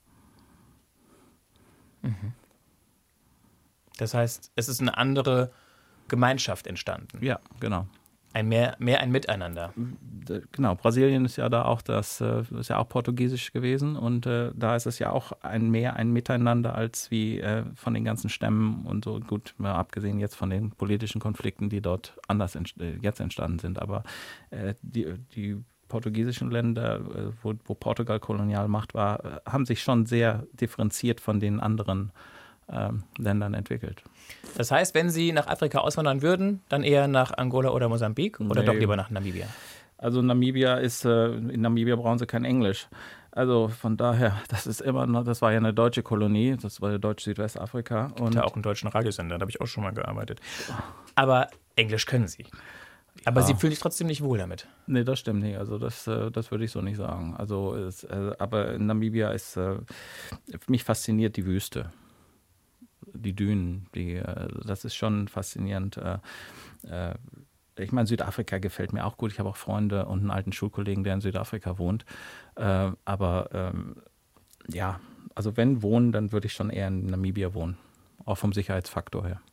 Mhm. Das heißt, es ist eine andere Gemeinschaft entstanden. Ja, genau. Ein mehr, mehr ein Miteinander. Genau, Brasilien ist ja da auch das, ist ja auch portugiesisch gewesen und äh, da ist es ja auch ein mehr ein Miteinander als wie äh, von den ganzen Stämmen und so, gut, mal abgesehen jetzt von den politischen Konflikten, die dort anders ent, äh, jetzt entstanden sind, aber äh, die, die portugiesischen Länder, äh, wo, wo Portugal Kolonialmacht war, äh, haben sich schon sehr differenziert von den anderen äh, Ländern entwickelt. Das heißt, wenn Sie nach Afrika auswandern würden, dann eher nach Angola oder Mosambik oder nee. doch lieber nach Namibia? Also Namibia ist, äh, in Namibia brauchen sie kein Englisch. Also von daher, das ist immer, das war ja eine deutsche Kolonie, das war ja Deutsch-Südwestafrika. Und ja auch einen deutschen Radiosender, da habe ich auch schon mal gearbeitet. Aber Englisch können Sie? Aber Ja. Sie fühlen sich trotzdem nicht wohl damit? Nee, das stimmt nicht. Also das, äh, das würde ich so nicht sagen. Also es, äh, aber in Namibia ist, äh, mich fasziniert die Wüste. Die Dünen, die, äh, das ist schon faszinierend. Äh, äh, ich meine, Südafrika gefällt mir auch gut. Ich habe auch Freunde und einen alten Schulkollegen, der in Südafrika wohnt. Äh, aber ähm, ja, also wenn wohnen, dann würde ich schon eher in Namibia wohnen. Auch vom Sicherheitsfaktor her.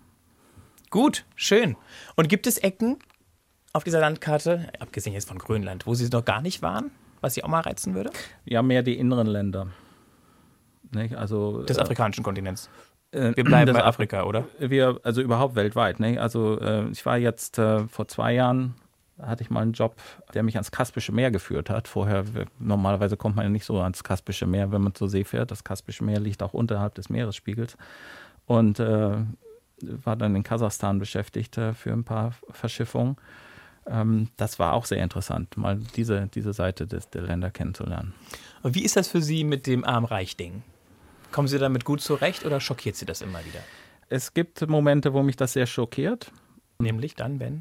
Gut, schön. Und gibt es Ecken auf dieser Landkarte, abgesehen jetzt von Grönland, wo Sie noch gar nicht waren, was Sie auch mal reizen würde? Ja, mehr die inneren Länder. Nicht? Also, Des äh, afrikanischen Kontinents. äh, Wir bleiben das bei Afri- Afrika, oder? Wir, also überhaupt weltweit. Ne? Also äh, ich war jetzt äh, vor zwei Jahren, hatte ich mal einen Job, der mich ans Kaspische Meer geführt hat. Vorher, normalerweise kommt man ja nicht so ans Kaspische Meer, wenn man zur See fährt. Das Kaspische Meer liegt auch unterhalb des Meeresspiegels. Und äh, war dann in Kasachstan beschäftigt äh, für ein paar Verschiffungen. Ähm, das war auch sehr interessant, mal diese, diese Seite des, der Länder kennenzulernen. Und wie ist das für Sie mit dem Arm-Reich-Ding? Kommen Sie damit gut zurecht oder schockiert Sie das immer wieder? Es gibt Momente, wo mich das sehr schockiert. Nämlich dann, wenn?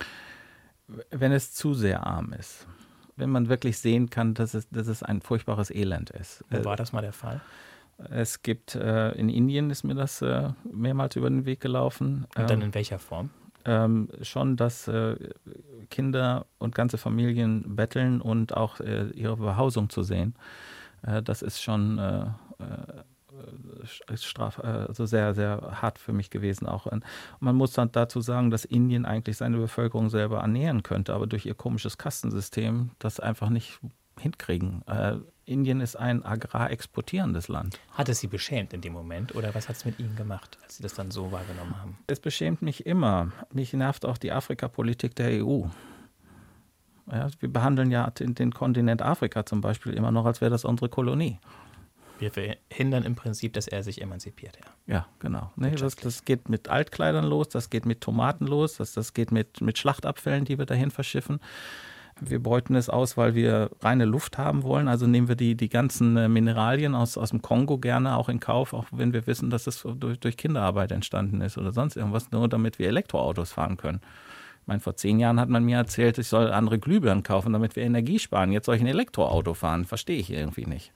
Wenn es zu sehr arm ist. Wenn man wirklich sehen kann, dass es, dass es ein furchtbares Elend ist. Wo war das mal der Fall? Es gibt, äh, in Indien ist mir das äh, mehrmals über den Weg gelaufen. Und dann Ähm, in welcher Form? ähm, schon, dass äh, Kinder und ganze Familien betteln und auch äh, ihre Behausung zu sehen. Äh, das ist schon äh, äh, straf, äh, also sehr, sehr hart für mich gewesen. Auch. Und man muss dann dazu sagen, dass Indien eigentlich seine Bevölkerung selber ernähren könnte, aber durch ihr komisches Kastensystem das einfach nicht hinkriegen. Äh, Indien ist ein agrarexportierendes Land. Hat es Sie beschämt in dem Moment oder was hat es mit Ihnen gemacht, als Sie das dann so wahrgenommen haben? Es beschämt mich immer. Mich nervt auch die Afrikapolitik der E U. Ja, wir behandeln ja den, den Kontinent Afrika zum Beispiel immer noch, als wäre das unsere Kolonie. Wir verhindern im Prinzip, dass er sich emanzipiert, ja. Ja, genau. Nee, das, das geht mit Altkleidern los, das geht mit Tomaten los, das, das geht mit, mit Schlachtabfällen, die wir dahin verschiffen. Wir beuten es aus, weil wir reine Luft haben wollen. Also nehmen wir die, die ganzen äh, Mineralien aus, aus dem Kongo gerne auch in Kauf, auch wenn wir wissen, dass es durch, durch Kinderarbeit entstanden ist oder sonst irgendwas, nur damit wir Elektroautos fahren können. Ich meine, vor zehn Jahren hat man mir erzählt, ich soll andere Glühbirnen kaufen, damit wir Energie sparen. Jetzt soll ich ein Elektroauto fahren. Verstehe ich irgendwie nicht.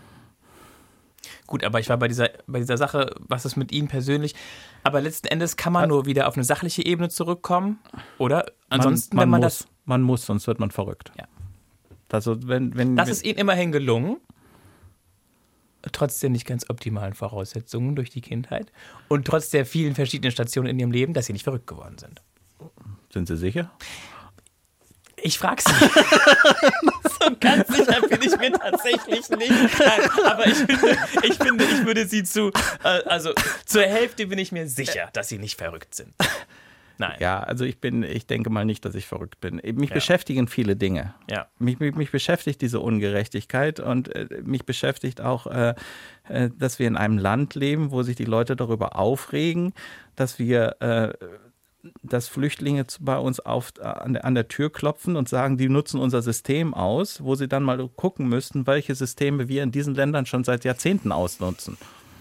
Gut, aber ich war bei dieser, bei dieser Sache, was ist mit Ihnen persönlich? Aber letzten Endes kann man nur wieder auf eine sachliche Ebene zurückkommen, oder? Ansonsten, man, man wenn man muss, das... Man muss, sonst wird man verrückt. Ja. Also wenn, wenn, Das wenn, ist Ihnen immerhin gelungen, trotz der nicht ganz optimalen Voraussetzungen durch die Kindheit und trotz der vielen verschiedenen Stationen in Ihrem Leben, dass Sie nicht verrückt geworden sind. Sind Sie sicher? Ich frage Sie. So ganz sicher bin ich mir tatsächlich nicht. Nein, aber ich finde, ich finde, ich würde Sie zu, äh, also zur Hälfte bin ich mir sicher, dass Sie nicht verrückt sind. Nein. Ja, also ich bin, ich denke mal nicht, dass ich verrückt bin. Mich Ja. beschäftigen viele Dinge. Ja. Mich, mich, mich beschäftigt diese Ungerechtigkeit und äh, mich beschäftigt auch, äh, äh, dass wir in einem Land leben, wo sich die Leute darüber aufregen, dass wir äh, dass Flüchtlinge zu- bei uns auf, an, der, an der Tür klopfen und sagen, die nutzen unser System aus, wo sie dann mal gucken müssten, welche Systeme wir in diesen Ländern schon seit Jahrzehnten ausnutzen.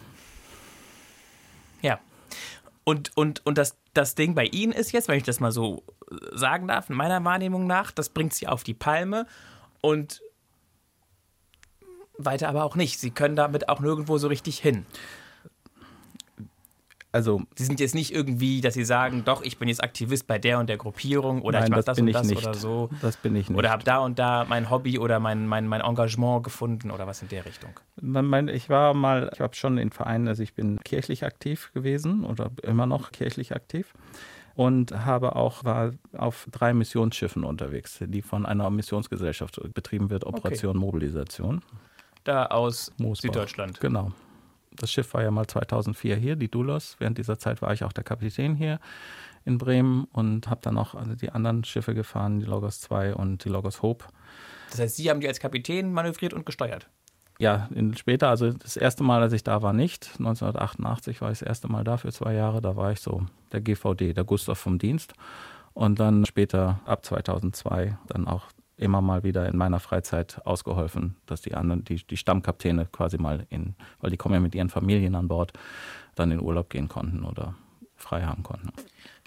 Ja. Und, und, und das, das Ding bei Ihnen ist jetzt, wenn ich das mal so sagen darf, in meiner Wahrnehmung nach, das bringt Sie auf die Palme und weiter aber auch nicht. Sie können damit auch nirgendwo so richtig hin. Also Sie sind jetzt nicht irgendwie, dass Sie sagen, doch, ich bin jetzt Aktivist bei der und der Gruppierung oder nein, ich mache das das bin und ich das nicht. oder so. Das bin ich nicht. Oder habe da und da mein Hobby oder mein, mein, mein Engagement gefunden oder was in der Richtung. Man meint, ich war mal, ich habe schon in Vereinen, also ich bin kirchlich aktiv gewesen oder immer noch kirchlich aktiv und habe auch, war auf drei Missionsschiffen unterwegs, die von einer Missionsgesellschaft betrieben wird, Operation Mobilisation. Da aus Moosbach. Süddeutschland. Genau. Das Schiff war ja mal zweitausendvier hier, die Doulos. Während dieser Zeit war ich auch der Kapitän hier in Bremen und habe dann auch also die anderen Schiffe gefahren, die Logos zwei und die Logos Hope. Das heißt, Sie haben die als Kapitän manövriert und gesteuert. Ja, in, später, also das erste Mal, als ich da war, nicht. neunzehnhundertachtundachtzig war ich das erste Mal da für zwei Jahre. Da war ich so der G V D, der Gustav vom Dienst. Und dann später, ab zweitausendzwei, dann auch immer mal wieder in meiner Freizeit ausgeholfen, dass die anderen, die, die Stammkapitäne quasi mal in, weil die kommen ja mit ihren Familien an Bord, dann in Urlaub gehen konnten oder frei haben konnten.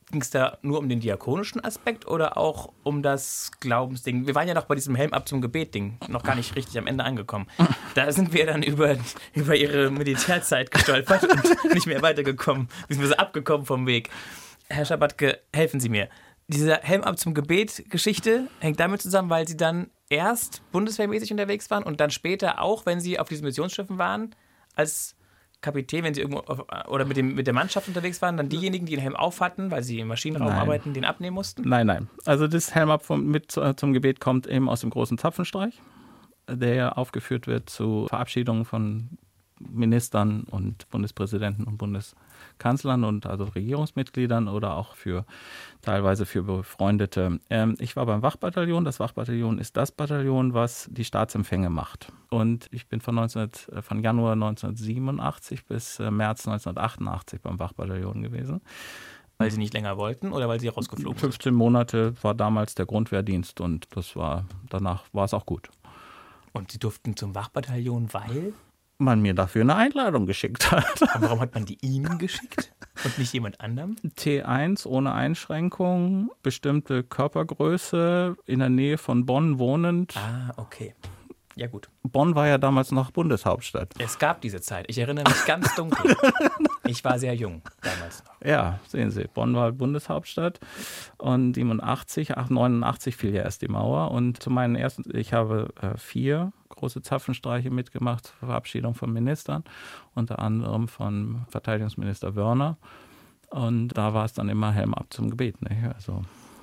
Ging es da nur um den diakonischen Aspekt oder auch um das Glaubensding? Wir waren ja noch bei diesem Helm ab zum Gebet-Ding noch gar nicht richtig am Ende angekommen. Da sind wir dann über, über ihre Militärzeit gestolpert und nicht mehr weitergekommen. Wir sind so abgekommen vom Weg. Herr Schabatke, helfen Sie mir. Diese Helm ab zum Gebet-Geschichte hängt damit zusammen, weil Sie dann erst bundeswehrmäßig unterwegs waren und dann später auch, wenn Sie auf diesen Missionsschiffen waren, als Kapitän, wenn Sie irgendwo auf, oder mit, dem, mit der Mannschaft unterwegs waren, dann diejenigen, die den Helm auf hatten, weil sie im Maschinenraum Nein. arbeiten, den abnehmen mussten? Nein, nein. Also das Helm ab vom, mit äh, zum Gebet kommt eben aus dem großen Zapfenstreich, der aufgeführt wird zu Verabschiedungen von Ministern und Bundespräsidenten und Bundeskanzlern und also Regierungsmitgliedern oder auch für teilweise für Befreundete. Ähm, ich war beim Wachbataillon. Das Wachbataillon ist das Bataillon, was die Staatsempfänge macht. Und ich bin von, neunzehn, von Januar neunzehnhundertsiebenundachtzig bis März neunzehnhundertachtundachtzig beim Wachbataillon gewesen. Weil Sie nicht länger wollten oder weil Sie rausgeflogen sind? fünfzehn Monate war damals der Grundwehrdienst und das war, danach war es auch gut. Und Sie durften zum Wachbataillon, weil? Man mir dafür eine Einladung geschickt hat. Aber warum hat man die Ihnen geschickt und nicht jemand anderem? T eins ohne Einschränkung, bestimmte Körpergröße, in der Nähe von Bonn wohnend. Ah, okay. Ja gut. Bonn war ja damals noch Bundeshauptstadt. Es gab diese Zeit. Ich erinnere mich ganz dunkel. Ich war sehr jung damals noch. Ja, sehen Sie, Bonn war Bundeshauptstadt und siebenundachtzig, neunundachtzig fiel ja erst die Mauer und zu meinen ersten, ich habe äh, vier große Zapfenstreiche mitgemacht zur Verabschiedung von Ministern, unter anderem von Verteidigungsminister Wörner und da war es dann immer Helm ab zum Gebet. Ne? Also.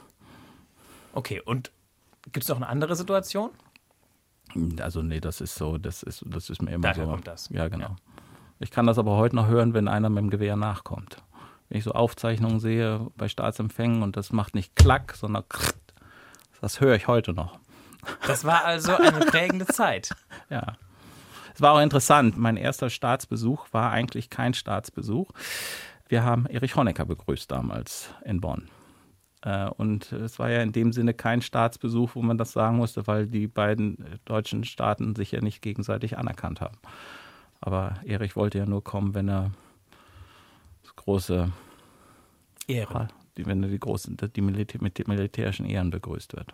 Okay, und gibt es noch eine andere Situation? Also nee, das ist so, das ist, das ist mir immer Daher so. kommt das. Ja, genau. Ja. Ich kann das aber heute noch hören, wenn einer mit dem Gewehr nachkommt. Wenn ich so Aufzeichnungen sehe bei Staatsempfängen und das macht nicht klack, sondern krrt, das höre ich heute noch. Das war also eine prägende Zeit. Ja. Es war auch interessant. Mein erster Staatsbesuch war eigentlich kein Staatsbesuch. Wir haben Erich Honecker begrüßt damals in Bonn. Und es war ja in dem Sinne kein Staatsbesuch, wo man das sagen musste, weil die beiden deutschen Staaten sich ja nicht gegenseitig anerkannt haben. Aber Erich wollte ja nur kommen, wenn er das große Ehren. Die, wenn er die, großen, die Militär, mit den militärischen Ehren begrüßt wird.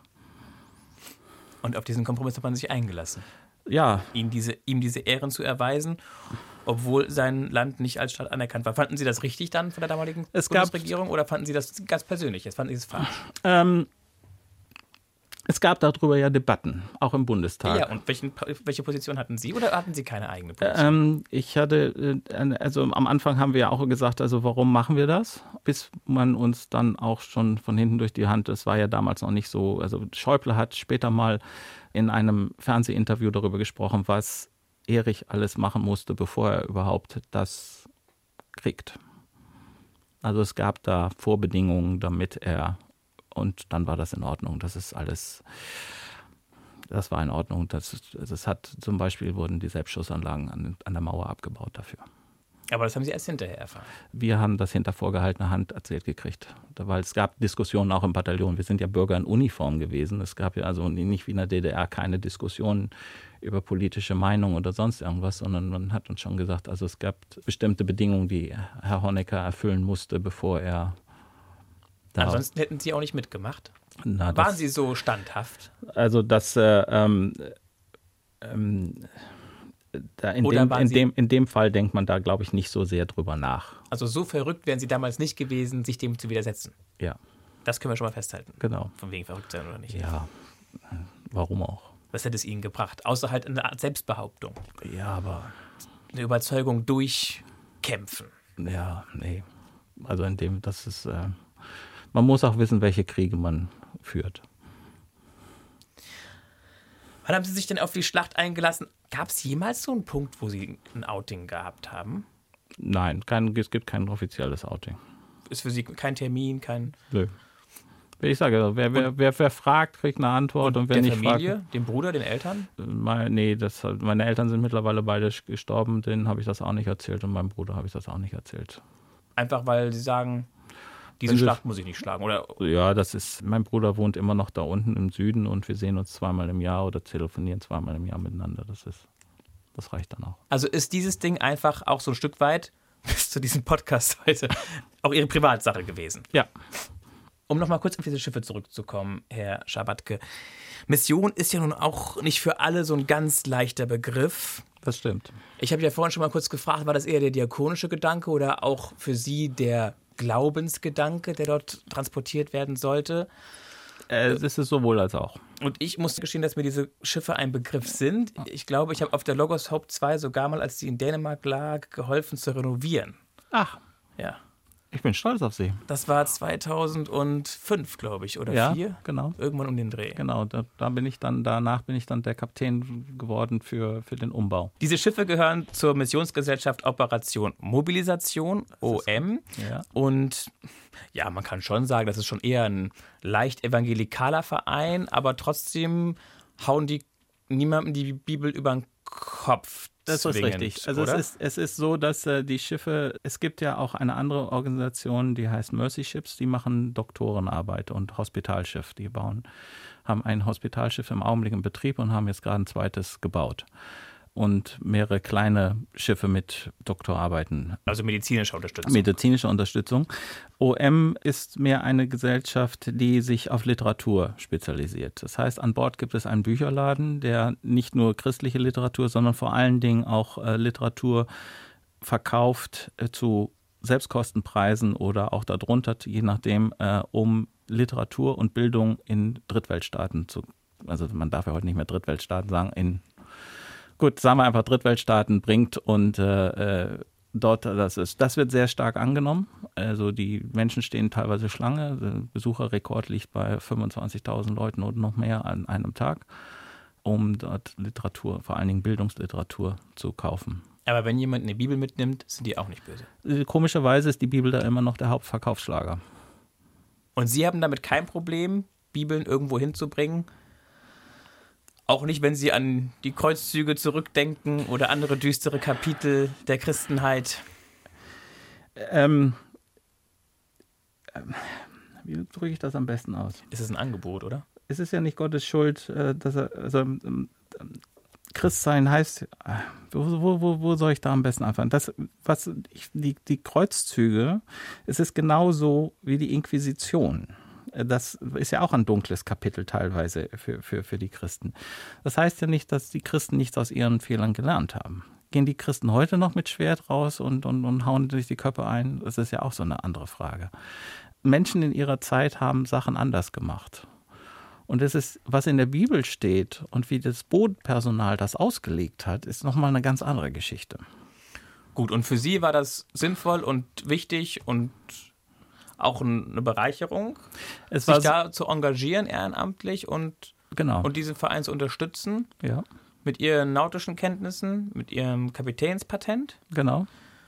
Und auf diesen Kompromiss hat man sich eingelassen. Ja. Ihm diese, ihm diese Ehren zu erweisen, obwohl sein Land nicht als Staat anerkannt war. Fanden Sie das richtig dann von der damaligen es Bundesregierung oder fanden Sie das ganz persönlich? Jetzt fanden Sie es falsch? Ähm, es gab darüber ja Debatten, auch im Bundestag. Ja, und welchen, welche Position hatten Sie oder hatten Sie keine eigene Position? Ähm, ich hatte, also am Anfang haben wir ja auch gesagt, also warum machen wir das? Bis man uns dann auch schon von hinten durch die Hand, das war ja damals noch nicht so, also Schäuble hat später mal in einem Fernsehinterview darüber gesprochen, was Erich alles machen musste, bevor er überhaupt das kriegt. Also es gab da Vorbedingungen, damit er, und dann war das in Ordnung. Das ist alles, das war in Ordnung. Das, das hat zum Beispiel, wurden die Selbstschussanlagen an, an der Mauer abgebaut dafür. Aber das haben Sie erst hinterher erfahren. Wir haben das hinter vorgehaltener Hand erzählt gekriegt, weil es gab Diskussionen auch im Bataillon. Wir sind ja Bürger in Uniform gewesen. Es gab ja also nicht wie in der D D R keine Diskussionen über politische Meinung oder sonst irgendwas, sondern man hat uns schon gesagt, also es gab bestimmte Bedingungen, die Herr Honecker erfüllen musste, bevor er da. Ansonsten hätten Sie auch nicht mitgemacht. Na, Waren das, Sie so standhaft? Also das äh, ähm, ähm, Da in, Oder dem, in, dem, in dem Fall denkt man da, glaube ich, nicht so sehr drüber nach. Also so verrückt wären Sie damals nicht gewesen, sich dem zu widersetzen. Ja. Das können wir schon mal festhalten. Genau. Von wegen verrückt sein oder nicht. Ja, warum auch? Was hätte es Ihnen gebracht? Außer halt eine Art Selbstbehauptung. Ja, aber... Eine Überzeugung durchkämpfen. Ja, nee. Also in dem, das ist... Äh, man muss auch wissen, welche Kriege man führt. Wann haben Sie sich denn auf die Schlacht eingelassen? Gab es jemals so einen Punkt, wo Sie ein Outing gehabt haben? Nein, kein, es gibt kein offizielles Outing. Ist für Sie kein Termin, kein... Nö. Wie ich sage, wer, wer, wer, wer fragt, kriegt eine Antwort. Und, und wer der nicht Familie, fragt, dem Bruder, den Eltern? Mein, nee, das, meine Eltern sind mittlerweile beide gestorben. Denen habe ich das auch nicht erzählt und meinem Bruder habe ich das auch nicht erzählt. Einfach, weil Sie sagen, diese Also, Schlacht muss ich nicht schlagen, oder? Ja, das ist, mein Bruder wohnt immer noch da unten im Süden und wir sehen uns zweimal im Jahr oder telefonieren zweimal im Jahr miteinander. Das ist, das reicht dann auch. Also ist dieses Ding einfach auch so ein Stück weit bis zu diesem Podcast heute auch Ihre Privatsache gewesen. Ja. Um nochmal kurz auf diese Schiffe zurückzukommen, Herr Schabatke. Mission ist ja nun auch nicht für alle so ein ganz leichter Begriff. Das stimmt. Ich habe ja vorhin schon mal kurz gefragt, war das eher der diakonische Gedanke oder auch für Sie der Glaubensgedanke, der dort transportiert werden sollte? Es ist sowohl als auch. Und ich muss gestehen, dass mir diese Schiffe ein Begriff sind. Ich glaube, ich habe auf der Logos Hope zwei sogar mal, als sie in Dänemark lag, geholfen zu renovieren. Ach, Ja. ich bin stolz auf Sie. Das war zweitausendfünf, glaube ich, oder Ja, vier? genau. Irgendwann um den Dreh. Genau, da, da bin ich dann, danach bin ich dann der Kapitän geworden für, für den Umbau. Diese Schiffe gehören zur Missionsgesellschaft Operation Mobilisation, O M. Ja. Und ja, man kann schon sagen, das ist schon eher ein leicht evangelikaler Verein, aber trotzdem hauen die niemandem die Bibel über den Kopf. Das ist zwingend, richtig. Also oder? es ist, es ist so, dass äh, die Schiffe, es gibt ja auch eine andere Organisation, die heißt Mercy Ships, die machen Doktorenarbeit und Hospitalschiff. Die bauen, haben ein Hospitalschiff im Augenblick in Betrieb und haben jetzt gerade ein zweites gebaut. Und mehrere kleine Schiffe mit Doktorarbeiten. Also medizinische Unterstützung. Medizinische Unterstützung. O M ist mehr eine Gesellschaft, die sich auf Literatur spezialisiert. Das heißt, an Bord gibt es einen Bücherladen, der nicht nur christliche Literatur, sondern vor allen Dingen auch äh, Literatur verkauft äh, zu Selbstkostenpreisen oder auch darunter, je nachdem, äh, um Literatur und Bildung in Drittweltstaaten zu, also man darf ja heute nicht mehr Drittweltstaaten sagen, in Gut, sagen wir einfach Drittweltstaaten bringt und äh, dort, das ist, das wird sehr stark angenommen. Also die Menschen stehen teilweise Schlange. Der Besucherrekord liegt bei fünfundzwanzigtausend Leuten und noch mehr an einem Tag, um dort Literatur, vor allen Dingen Bildungsliteratur zu kaufen. Aber wenn jemand eine Bibel mitnimmt, sind die auch nicht böse. Komischerweise ist die Bibel da immer noch der Hauptverkaufsschlager. Und Sie haben damit kein Problem, Bibeln irgendwo hinzubringen? Auch nicht, wenn Sie an die Kreuzzüge zurückdenken oder andere düstere Kapitel der Christenheit. Ähm, ähm, wie drücke ich das am besten aus? Ist es ein Angebot, oder? Es ist ja nicht Gottes Schuld, dass er, also ähm, Christsein heißt, wo, wo, wo, wo soll ich da am besten anfangen? Das, was ich, die, die Kreuzzüge, es ist genauso wie die Inquisition. Das ist ja auch ein dunkles Kapitel teilweise für, für, für die Christen. Das heißt ja nicht, dass die Christen nichts aus ihren Fehlern gelernt haben. Gehen die Christen heute noch mit Schwert raus und, und, und hauen durch die Köpfe ein? Das ist ja auch so eine andere Frage. Menschen in ihrer Zeit haben Sachen anders gemacht. Und es ist, was in der Bibel steht und wie das Bodenpersonal das ausgelegt hat, ist nochmal eine ganz andere Geschichte. Gut, und für Sie war das sinnvoll und wichtig und auch eine Bereicherung, Es sich war da zu engagieren ehrenamtlich und, genau. und diesen Verein zu unterstützen Ja, mit Ihren nautischen Kenntnissen, mit Ihrem Kapitänspatent, genau.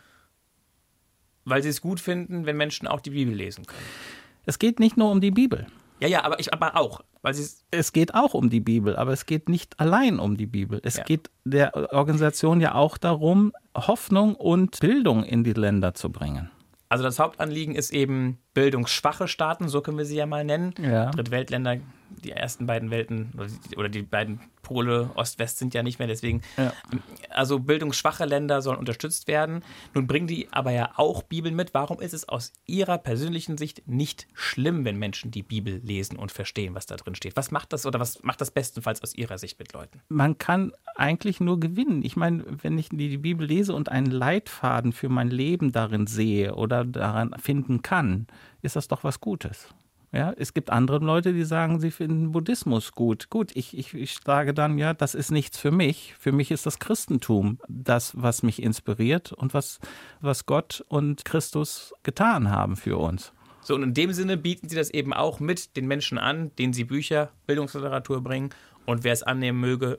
weil Sie es gut finden, wenn Menschen auch die Bibel lesen können. Es geht nicht nur um die Bibel. Ja, ja, aber ich aber auch, weil Sie es Es geht auch um die Bibel, aber es geht nicht allein um die Bibel. Es Ja. geht der Organisation ja auch darum, Hoffnung und Bildung in die Länder zu bringen. Also das Hauptanliegen ist eben bildungsschwache Staaten, so können wir sie ja mal nennen. Ja. Drittweltländer, die ersten beiden Welten oder die, oder die beiden Pole Ost-West sind ja nicht mehr, deswegen. Ja. Also bildungsschwache Länder sollen unterstützt werden. Nun bringen die aber ja auch Bibeln mit. Warum ist es aus Ihrer persönlichen Sicht nicht schlimm, wenn Menschen die Bibel lesen und verstehen, was da drin steht? Was macht das oder was macht das bestenfalls aus Ihrer Sicht mit Leuten? Man kann eigentlich nur gewinnen. Ich meine, wenn ich die Bibel lese und einen Leitfaden für mein Leben darin sehe oder daran finden kann, ist das doch was Gutes. Ja, es gibt andere Leute, die sagen, sie finden Buddhismus gut. Gut, ich, ich, ich sage dann, ja, das ist nichts für mich. Für mich ist das Christentum das, was mich inspiriert und was, was Gott und Christus getan haben für uns. So, und in dem Sinne bieten Sie das eben auch mit den Menschen an, denen Sie Bücher, Bildungsliteratur bringen. Und wer es annehmen möge,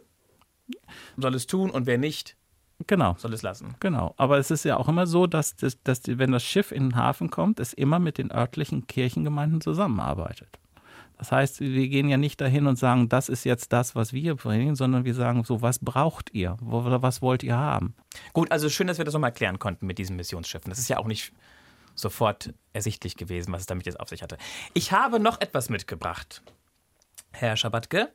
soll es tun und wer nicht, Genau. soll es lassen. Genau, aber es ist ja auch immer so, dass, das, dass die, wenn das Schiff in den Hafen kommt, es immer mit den örtlichen Kirchengemeinden zusammenarbeitet. Das heißt, wir gehen ja nicht dahin und sagen, das ist jetzt das, was wir bringen, sondern wir sagen so, was braucht ihr? Oder was wollt ihr haben? Gut, also schön, dass wir das nochmal klären konnten mit diesen Missionsschiffen. Das ist ja auch nicht sofort ersichtlich gewesen, was es damit jetzt auf sich hatte. Ich habe noch etwas mitgebracht, Herr Schabatke.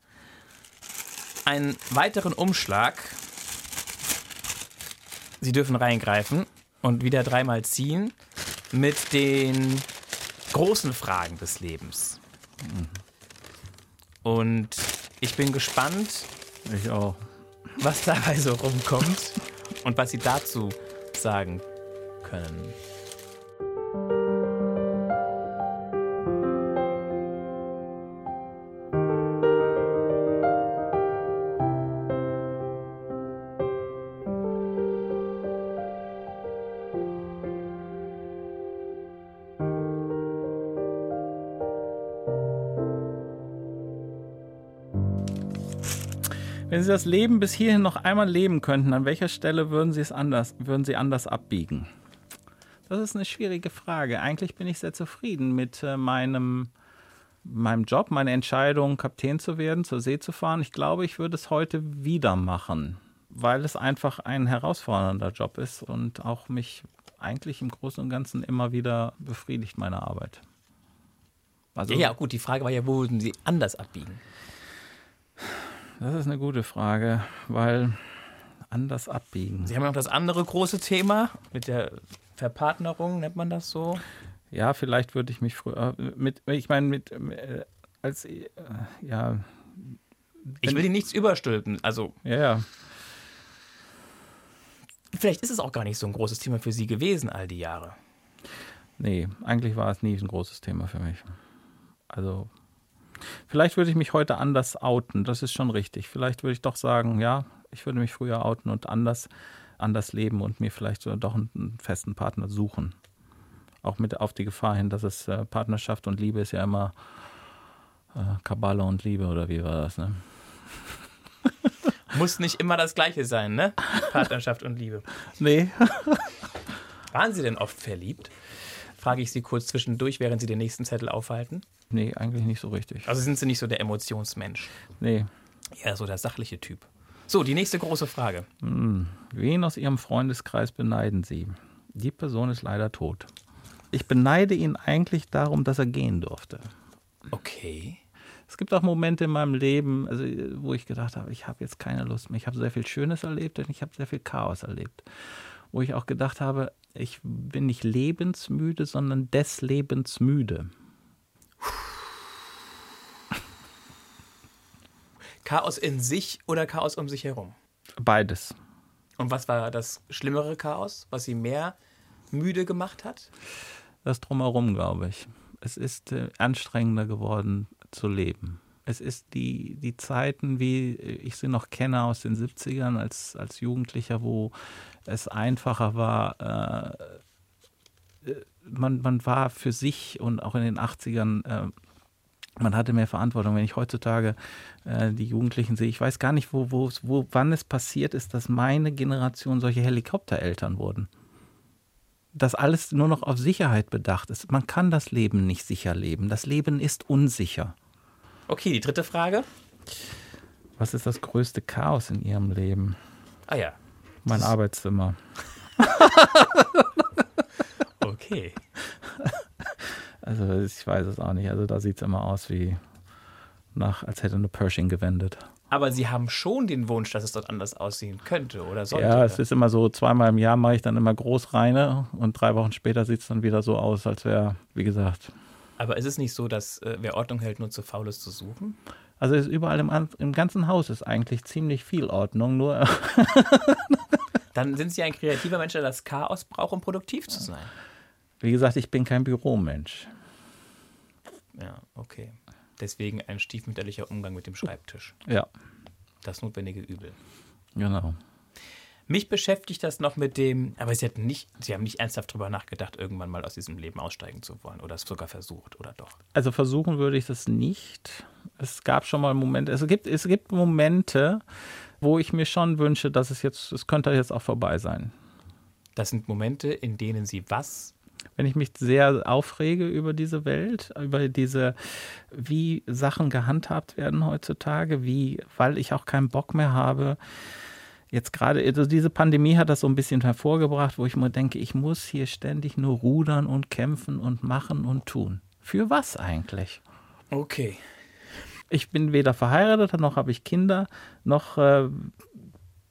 Einen weiteren Umschlag. Sie dürfen reingreifen. und wieder dreimal ziehen mit den großen Fragen des Lebens. Und ich bin gespannt, Ich auch. was dabei so rumkommt und was Sie dazu sagen können. Wenn Sie das Leben bis hierhin noch einmal leben könnten, an welcher Stelle würden Sie es anders, würden Sie anders abbiegen? Das ist eine schwierige Frage. Eigentlich bin ich sehr zufrieden mit äh, meinem, meinem Job, meiner Entscheidung, Kapitän zu werden, zur See zu fahren. Ich glaube, ich würde es heute wieder machen, weil es einfach ein herausfordernder Job ist und auch mich eigentlich im Großen und Ganzen immer wieder befriedigt, meine Arbeit. Also, Ja, ja, gut, die Frage war ja, wo würden Sie anders abbiegen? Das ist eine gute Frage, weil anders abbiegen. Sie haben ja noch das andere große Thema mit der Verpartnerung, nennt man das so? Ja, vielleicht würde ich mich früher mit, ich meine, mit, äh, als, äh, ja. Ich will Ihnen nichts überstülpen. Also, Ja, ja. vielleicht ist es auch gar nicht so ein großes Thema für Sie gewesen, all die Jahre. Nee, eigentlich war es nie ein großes Thema für mich. Also, vielleicht würde ich mich heute anders outen, das ist schon richtig. Vielleicht würde ich doch sagen, ja, ich würde mich früher outen und anders, anders leben und mir vielleicht so doch einen, einen festen Partner suchen. Auch mit auf die Gefahr hin, dass es äh, Partnerschaft und Liebe ist ja immer äh, Kabale und Liebe, oder wie war das, ne? Muss nicht immer das Gleiche sein, ne? Partnerschaft und Liebe. Nee. Waren Sie denn oft verliebt? Frage ich Sie kurz zwischendurch, während Sie den nächsten Zettel aufhalten. Nee, eigentlich nicht so richtig. Also sind Sie nicht so der Emotionsmensch? Nee. Eher so der sachliche Typ. So, die nächste große Frage. Hm. Wen aus Ihrem Freundeskreis beneiden Sie? Die Person ist leider tot. Ich beneide ihn eigentlich darum, dass er gehen durfte. Okay. Es gibt auch Momente in meinem Leben, also, wo ich gedacht habe, ich habe jetzt keine Lust mehr. Ich habe sehr viel Schönes erlebt und ich habe sehr viel Chaos erlebt. Wo ich auch gedacht habe, ich bin nicht lebensmüde, sondern des Lebens müde. Chaos in sich oder Chaos um sich herum? Beides. Und was war das schlimmere Chaos, was Sie mehr müde gemacht hat? Das Drumherum, glaube ich. Es ist äh, anstrengender geworden zu leben. Es ist die, die Zeiten, wie ich sie noch kenne aus den siebzigern als, als Jugendlicher, wo es einfacher war, äh, man, man war für sich und auch in den achtzigern, äh, man hatte mehr Verantwortung. Wenn ich heutzutage äh, die Jugendlichen sehe, ich weiß gar nicht, wo, wo, wo, wann es passiert ist, dass meine Generation solche Helikoptereltern wurden. Dass alles nur noch auf Sicherheit bedacht ist. Man kann das Leben nicht sicher leben. Das Leben ist unsicher. Okay, die dritte Frage. Was ist das größte Chaos in Ihrem Leben? Ah ja. Mein Arbeitszimmer. Okay. Also ich weiß es auch nicht. Also da sieht es immer aus wie nach, als hätte eine Pershing gewendet. Aber Sie haben schon den Wunsch, dass es dort anders aussehen könnte oder sollte. Ja, es ist immer so, zweimal im Jahr mache ich dann immer Großreine und drei Wochen später sieht es dann wieder so aus, als wäre, wie gesagt. Aber ist es nicht so, dass äh, wer Ordnung hält, nur zu faul ist zu suchen? Also es ist überall im, im ganzen Haus ist eigentlich ziemlich viel Ordnung, nur Dann sind Sie ein kreativer Mensch, der das Chaos braucht, um produktiv zu sein. wie gesagt, ich bin kein Büromensch. Ja, okay. Deswegen ein stiefmütterlicher Umgang mit dem Schreibtisch. Ja, Das notwendige Übel. genau. Mich beschäftigt das noch mit dem, aber Sie hatten nicht, Sie haben nicht ernsthaft drüber nachgedacht, irgendwann mal aus diesem Leben aussteigen zu wollen oder es sogar versucht, oder doch? Also versuchen würde ich das nicht. Es gab schon mal Momente, es gibt, es gibt Momente, wo ich mir schon wünsche, dass es jetzt, es könnte jetzt auch vorbei sein. Das sind Momente, in denen Sie was? Wenn ich mich sehr aufrege über diese Welt, über diese, wie Sachen gehandhabt werden heutzutage, wie, weil ich auch keinen Bock mehr habe. Jetzt gerade, also diese Pandemie hat das so ein bisschen hervorgebracht, wo ich mir denke, ich muss hier ständig nur rudern und kämpfen und machen und tun. Für was eigentlich? Okay. Ich bin weder verheiratet, noch habe ich Kinder, noch äh,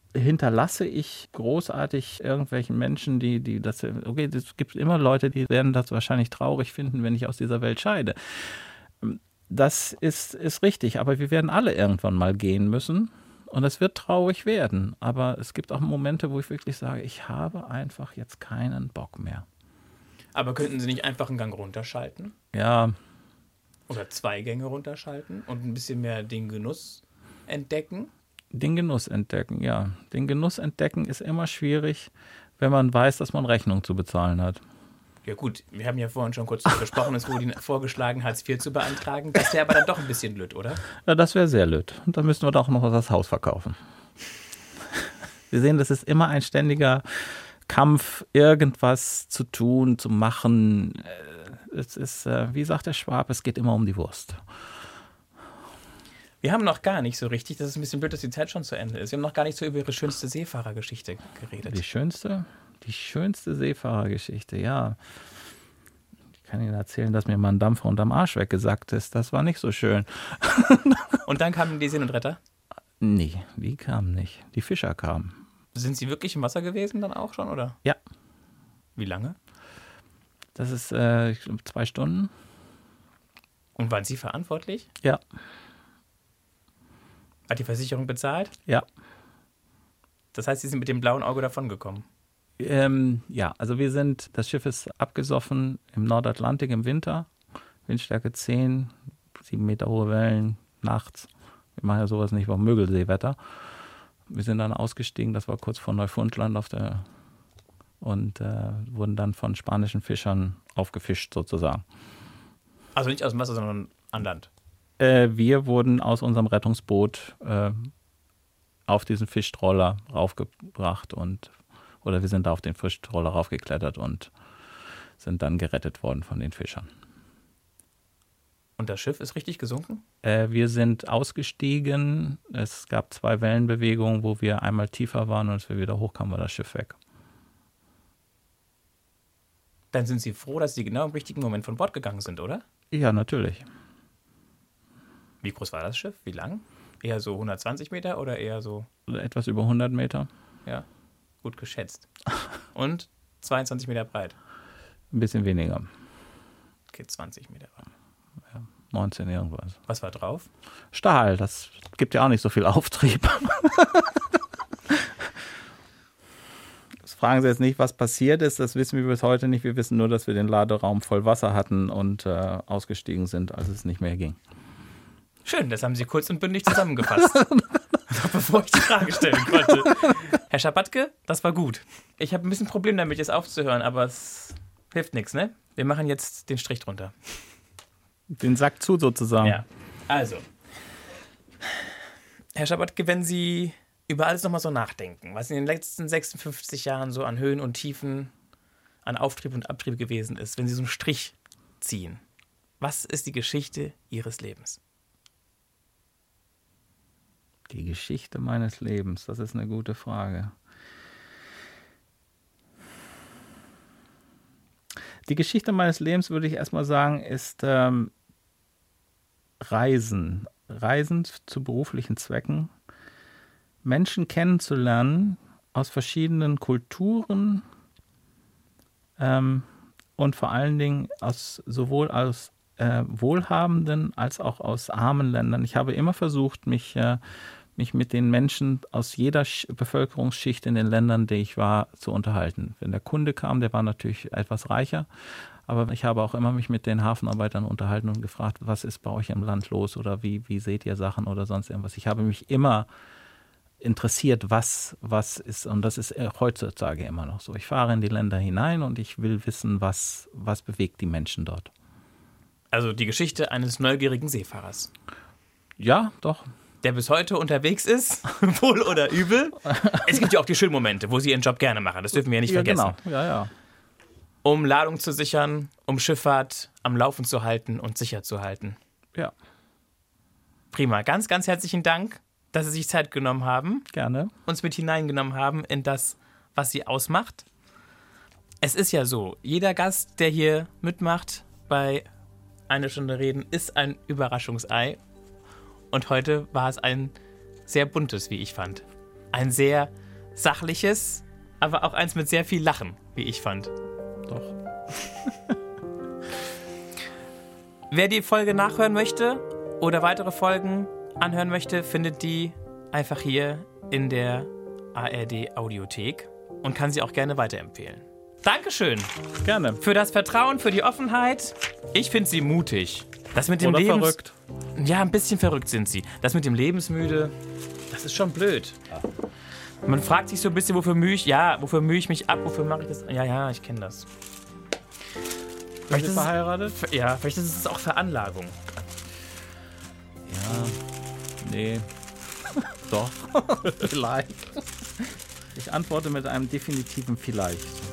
hinterlasse ich großartig irgendwelchen Menschen, die, die das, okay, es gibt immer Leute, die werden das wahrscheinlich traurig finden, wenn ich aus dieser Welt scheide. Das ist, ist richtig, aber wir werden alle irgendwann mal gehen müssen und es wird traurig werden. Aber es gibt auch Momente, wo ich wirklich sage, ich habe einfach jetzt keinen Bock mehr. Aber könnten Sie nicht einfach einen Gang runterschalten? Ja. Oder zwei Gänge runterschalten und ein bisschen mehr den Genuss entdecken? Den Genuss entdecken, ja. Den Genuss entdecken ist immer schwierig, wenn man weiß, dass man Rechnung zu bezahlen hat. Ja gut, wir haben ja vorhin schon kurz darüber gesprochen, es wurde Ihnen vorgeschlagen, Hartz vier zu beantragen. Das wäre aber dann doch ein bisschen lütt, oder? Ja, das wäre sehr lütt. Und dann müssten wir doch noch das Haus verkaufen. Wir sehen, das ist immer ein ständiger Kampf, irgendwas zu tun, zu machen. Es ist, wie sagt der Schwab, es geht immer um die Wurst. Wir haben noch gar nicht so richtig, das ist ein bisschen blöd, dass die Zeit schon zu Ende ist. Wir haben noch gar nicht so über Ihre schönste Seefahrergeschichte geredet. Die schönste? Die schönste Seefahrergeschichte, ja. Ich kann Ihnen erzählen, dass mir mal ein Dampfer unterm Arsch weggesackt ist. Das war nicht so schön. Und dann kamen die Seenotretter? Nee, die kamen nicht. Die Fischer kamen. Sind Sie wirklich im Wasser gewesen dann auch schon, oder? Ja. Wie lange? Das ist äh, ich glaub, zwei Stunden. Und waren Sie verantwortlich? Ja. Hat die Versicherung bezahlt? Ja. Das heißt, Sie sind mit dem blauen Auge davongekommen? Ähm, ja, also wir sind, das Schiff ist abgesoffen im Nordatlantik im Winter. Windstärke zehn, sieben Meter hohe Wellen, nachts. Wir machen ja sowas nicht, war Mögelseewetter. Wir sind dann ausgestiegen, das war kurz vor Neufundland auf der und äh, wurden dann von spanischen Fischern aufgefischt sozusagen. Also nicht aus dem Wasser, sondern an Land? Äh, wir wurden aus unserem Rettungsboot äh, auf diesen Fischtroller raufgebracht und oder wir sind da auf den Fischtroller raufgeklettert und sind dann gerettet worden von den Fischern. Und das Schiff ist richtig gesunken? Äh, wir sind ausgestiegen. Es gab zwei Wellenbewegungen, wo wir einmal tiefer waren und als wir wieder hochkamen, war das Schiff weg. Dann sind Sie froh, dass Sie genau im richtigen Moment von Bord gegangen sind, oder? Ja, natürlich. Wie groß war das Schiff? Wie lang? Eher so hundertzwanzig Meter oder eher so? Etwas über hundert Meter. Ja, gut geschätzt. Und zweiundzwanzig Meter breit? Ein bisschen weniger. Okay, zwanzig Meter breit. Ja, neunzehn irgendwas. Was war drauf? Stahl, das gibt ja auch nicht so viel Auftrieb. Das fragen Sie jetzt nicht, was passiert ist. Das wissen wir bis heute nicht. Wir wissen nur, dass wir den Laderaum voll Wasser hatten und äh, ausgestiegen sind, als es nicht mehr ging. Schön, das haben Sie kurz und bündig zusammengefasst. Bevor ich die Frage stellen konnte. Herr Schabatke, das war gut. Ich habe ein bisschen Problem damit, jetzt aufzuhören, aber es hilft nichts, ne? Wir machen jetzt den Strich drunter. Den Sack zu sozusagen. Ja, also. Herr Schabatke, wenn Sie über alles nochmal so nachdenken, was in den letzten sechsundfünfzig Jahren so an Höhen und Tiefen, an Auftrieb und Abtrieb gewesen ist, wenn Sie so einen Strich ziehen, was ist die Geschichte Ihres Lebens? Die Geschichte meines Lebens, das ist eine gute Frage. Die Geschichte meines Lebens, würde ich erstmal sagen, ist ähm, Reisen. Reisen zu beruflichen Zwecken. Menschen kennenzulernen aus verschiedenen Kulturen ähm, und vor allen Dingen aus sowohl aus äh, wohlhabenden als auch aus armen Ländern. Ich habe immer versucht, mich äh, mich mit den Menschen aus jeder Bevölkerungsschicht in den Ländern, die ich war, zu unterhalten. Wenn der Kunde kam, der war natürlich etwas reicher, aber ich habe auch immer mich mit den Hafenarbeitern unterhalten und gefragt, was ist bei euch im Land los oder wie, wie seht ihr Sachen oder sonst irgendwas. Ich habe mich immer interessiert, was, was ist, und das ist heutzutage immer noch so. Ich fahre in die Länder hinein und ich will wissen, was, was bewegt die Menschen dort. Also die Geschichte eines neugierigen Seefahrers. Ja, doch. Der bis heute unterwegs ist, wohl oder übel. Es gibt ja auch die schönen Momente, wo Sie Ihren Job gerne machen. Das dürfen wir ja nicht ja, vergessen. Genau. Ja, ja. Um Ladung zu sichern, um Schifffahrt am Laufen zu halten und sicher zu halten. Ja. Prima. Ganz, ganz herzlichen Dank, dass Sie sich Zeit genommen haben. Gerne. Uns mit hineingenommen haben in das, was Sie ausmacht. Es ist ja so, jeder Gast, der hier mitmacht bei Eine Stunde Reden, ist ein Überraschungsei. Und heute war es ein sehr buntes, wie ich fand. Ein sehr sachliches, aber auch eins mit sehr viel Lachen, wie ich fand. Doch. Wer die Folge nachhören möchte oder weitere Folgen anhören möchte, findet die einfach hier in der A R D Audiothek und kann sie auch gerne weiterempfehlen. Dankeschön. Gerne. Für das Vertrauen, für die Offenheit. Ich finde sie mutig. Das mit dem Oder Lebens- verrückt. Ja, ein bisschen verrückt sind sie. Das mit dem Lebensmüde, das ist schon blöd. Man fragt sich so ein bisschen, wofür mühe ich, ja, wofür mühe ich mich ab, wofür mache ich das? Ja, ja, ich kenne das. Seid ihr ist es- verheiratet? Ja, vielleicht ist es auch Veranlagung. Ja. Nee. Doch. Vielleicht. Ich antworte mit einem definitiven Vielleicht.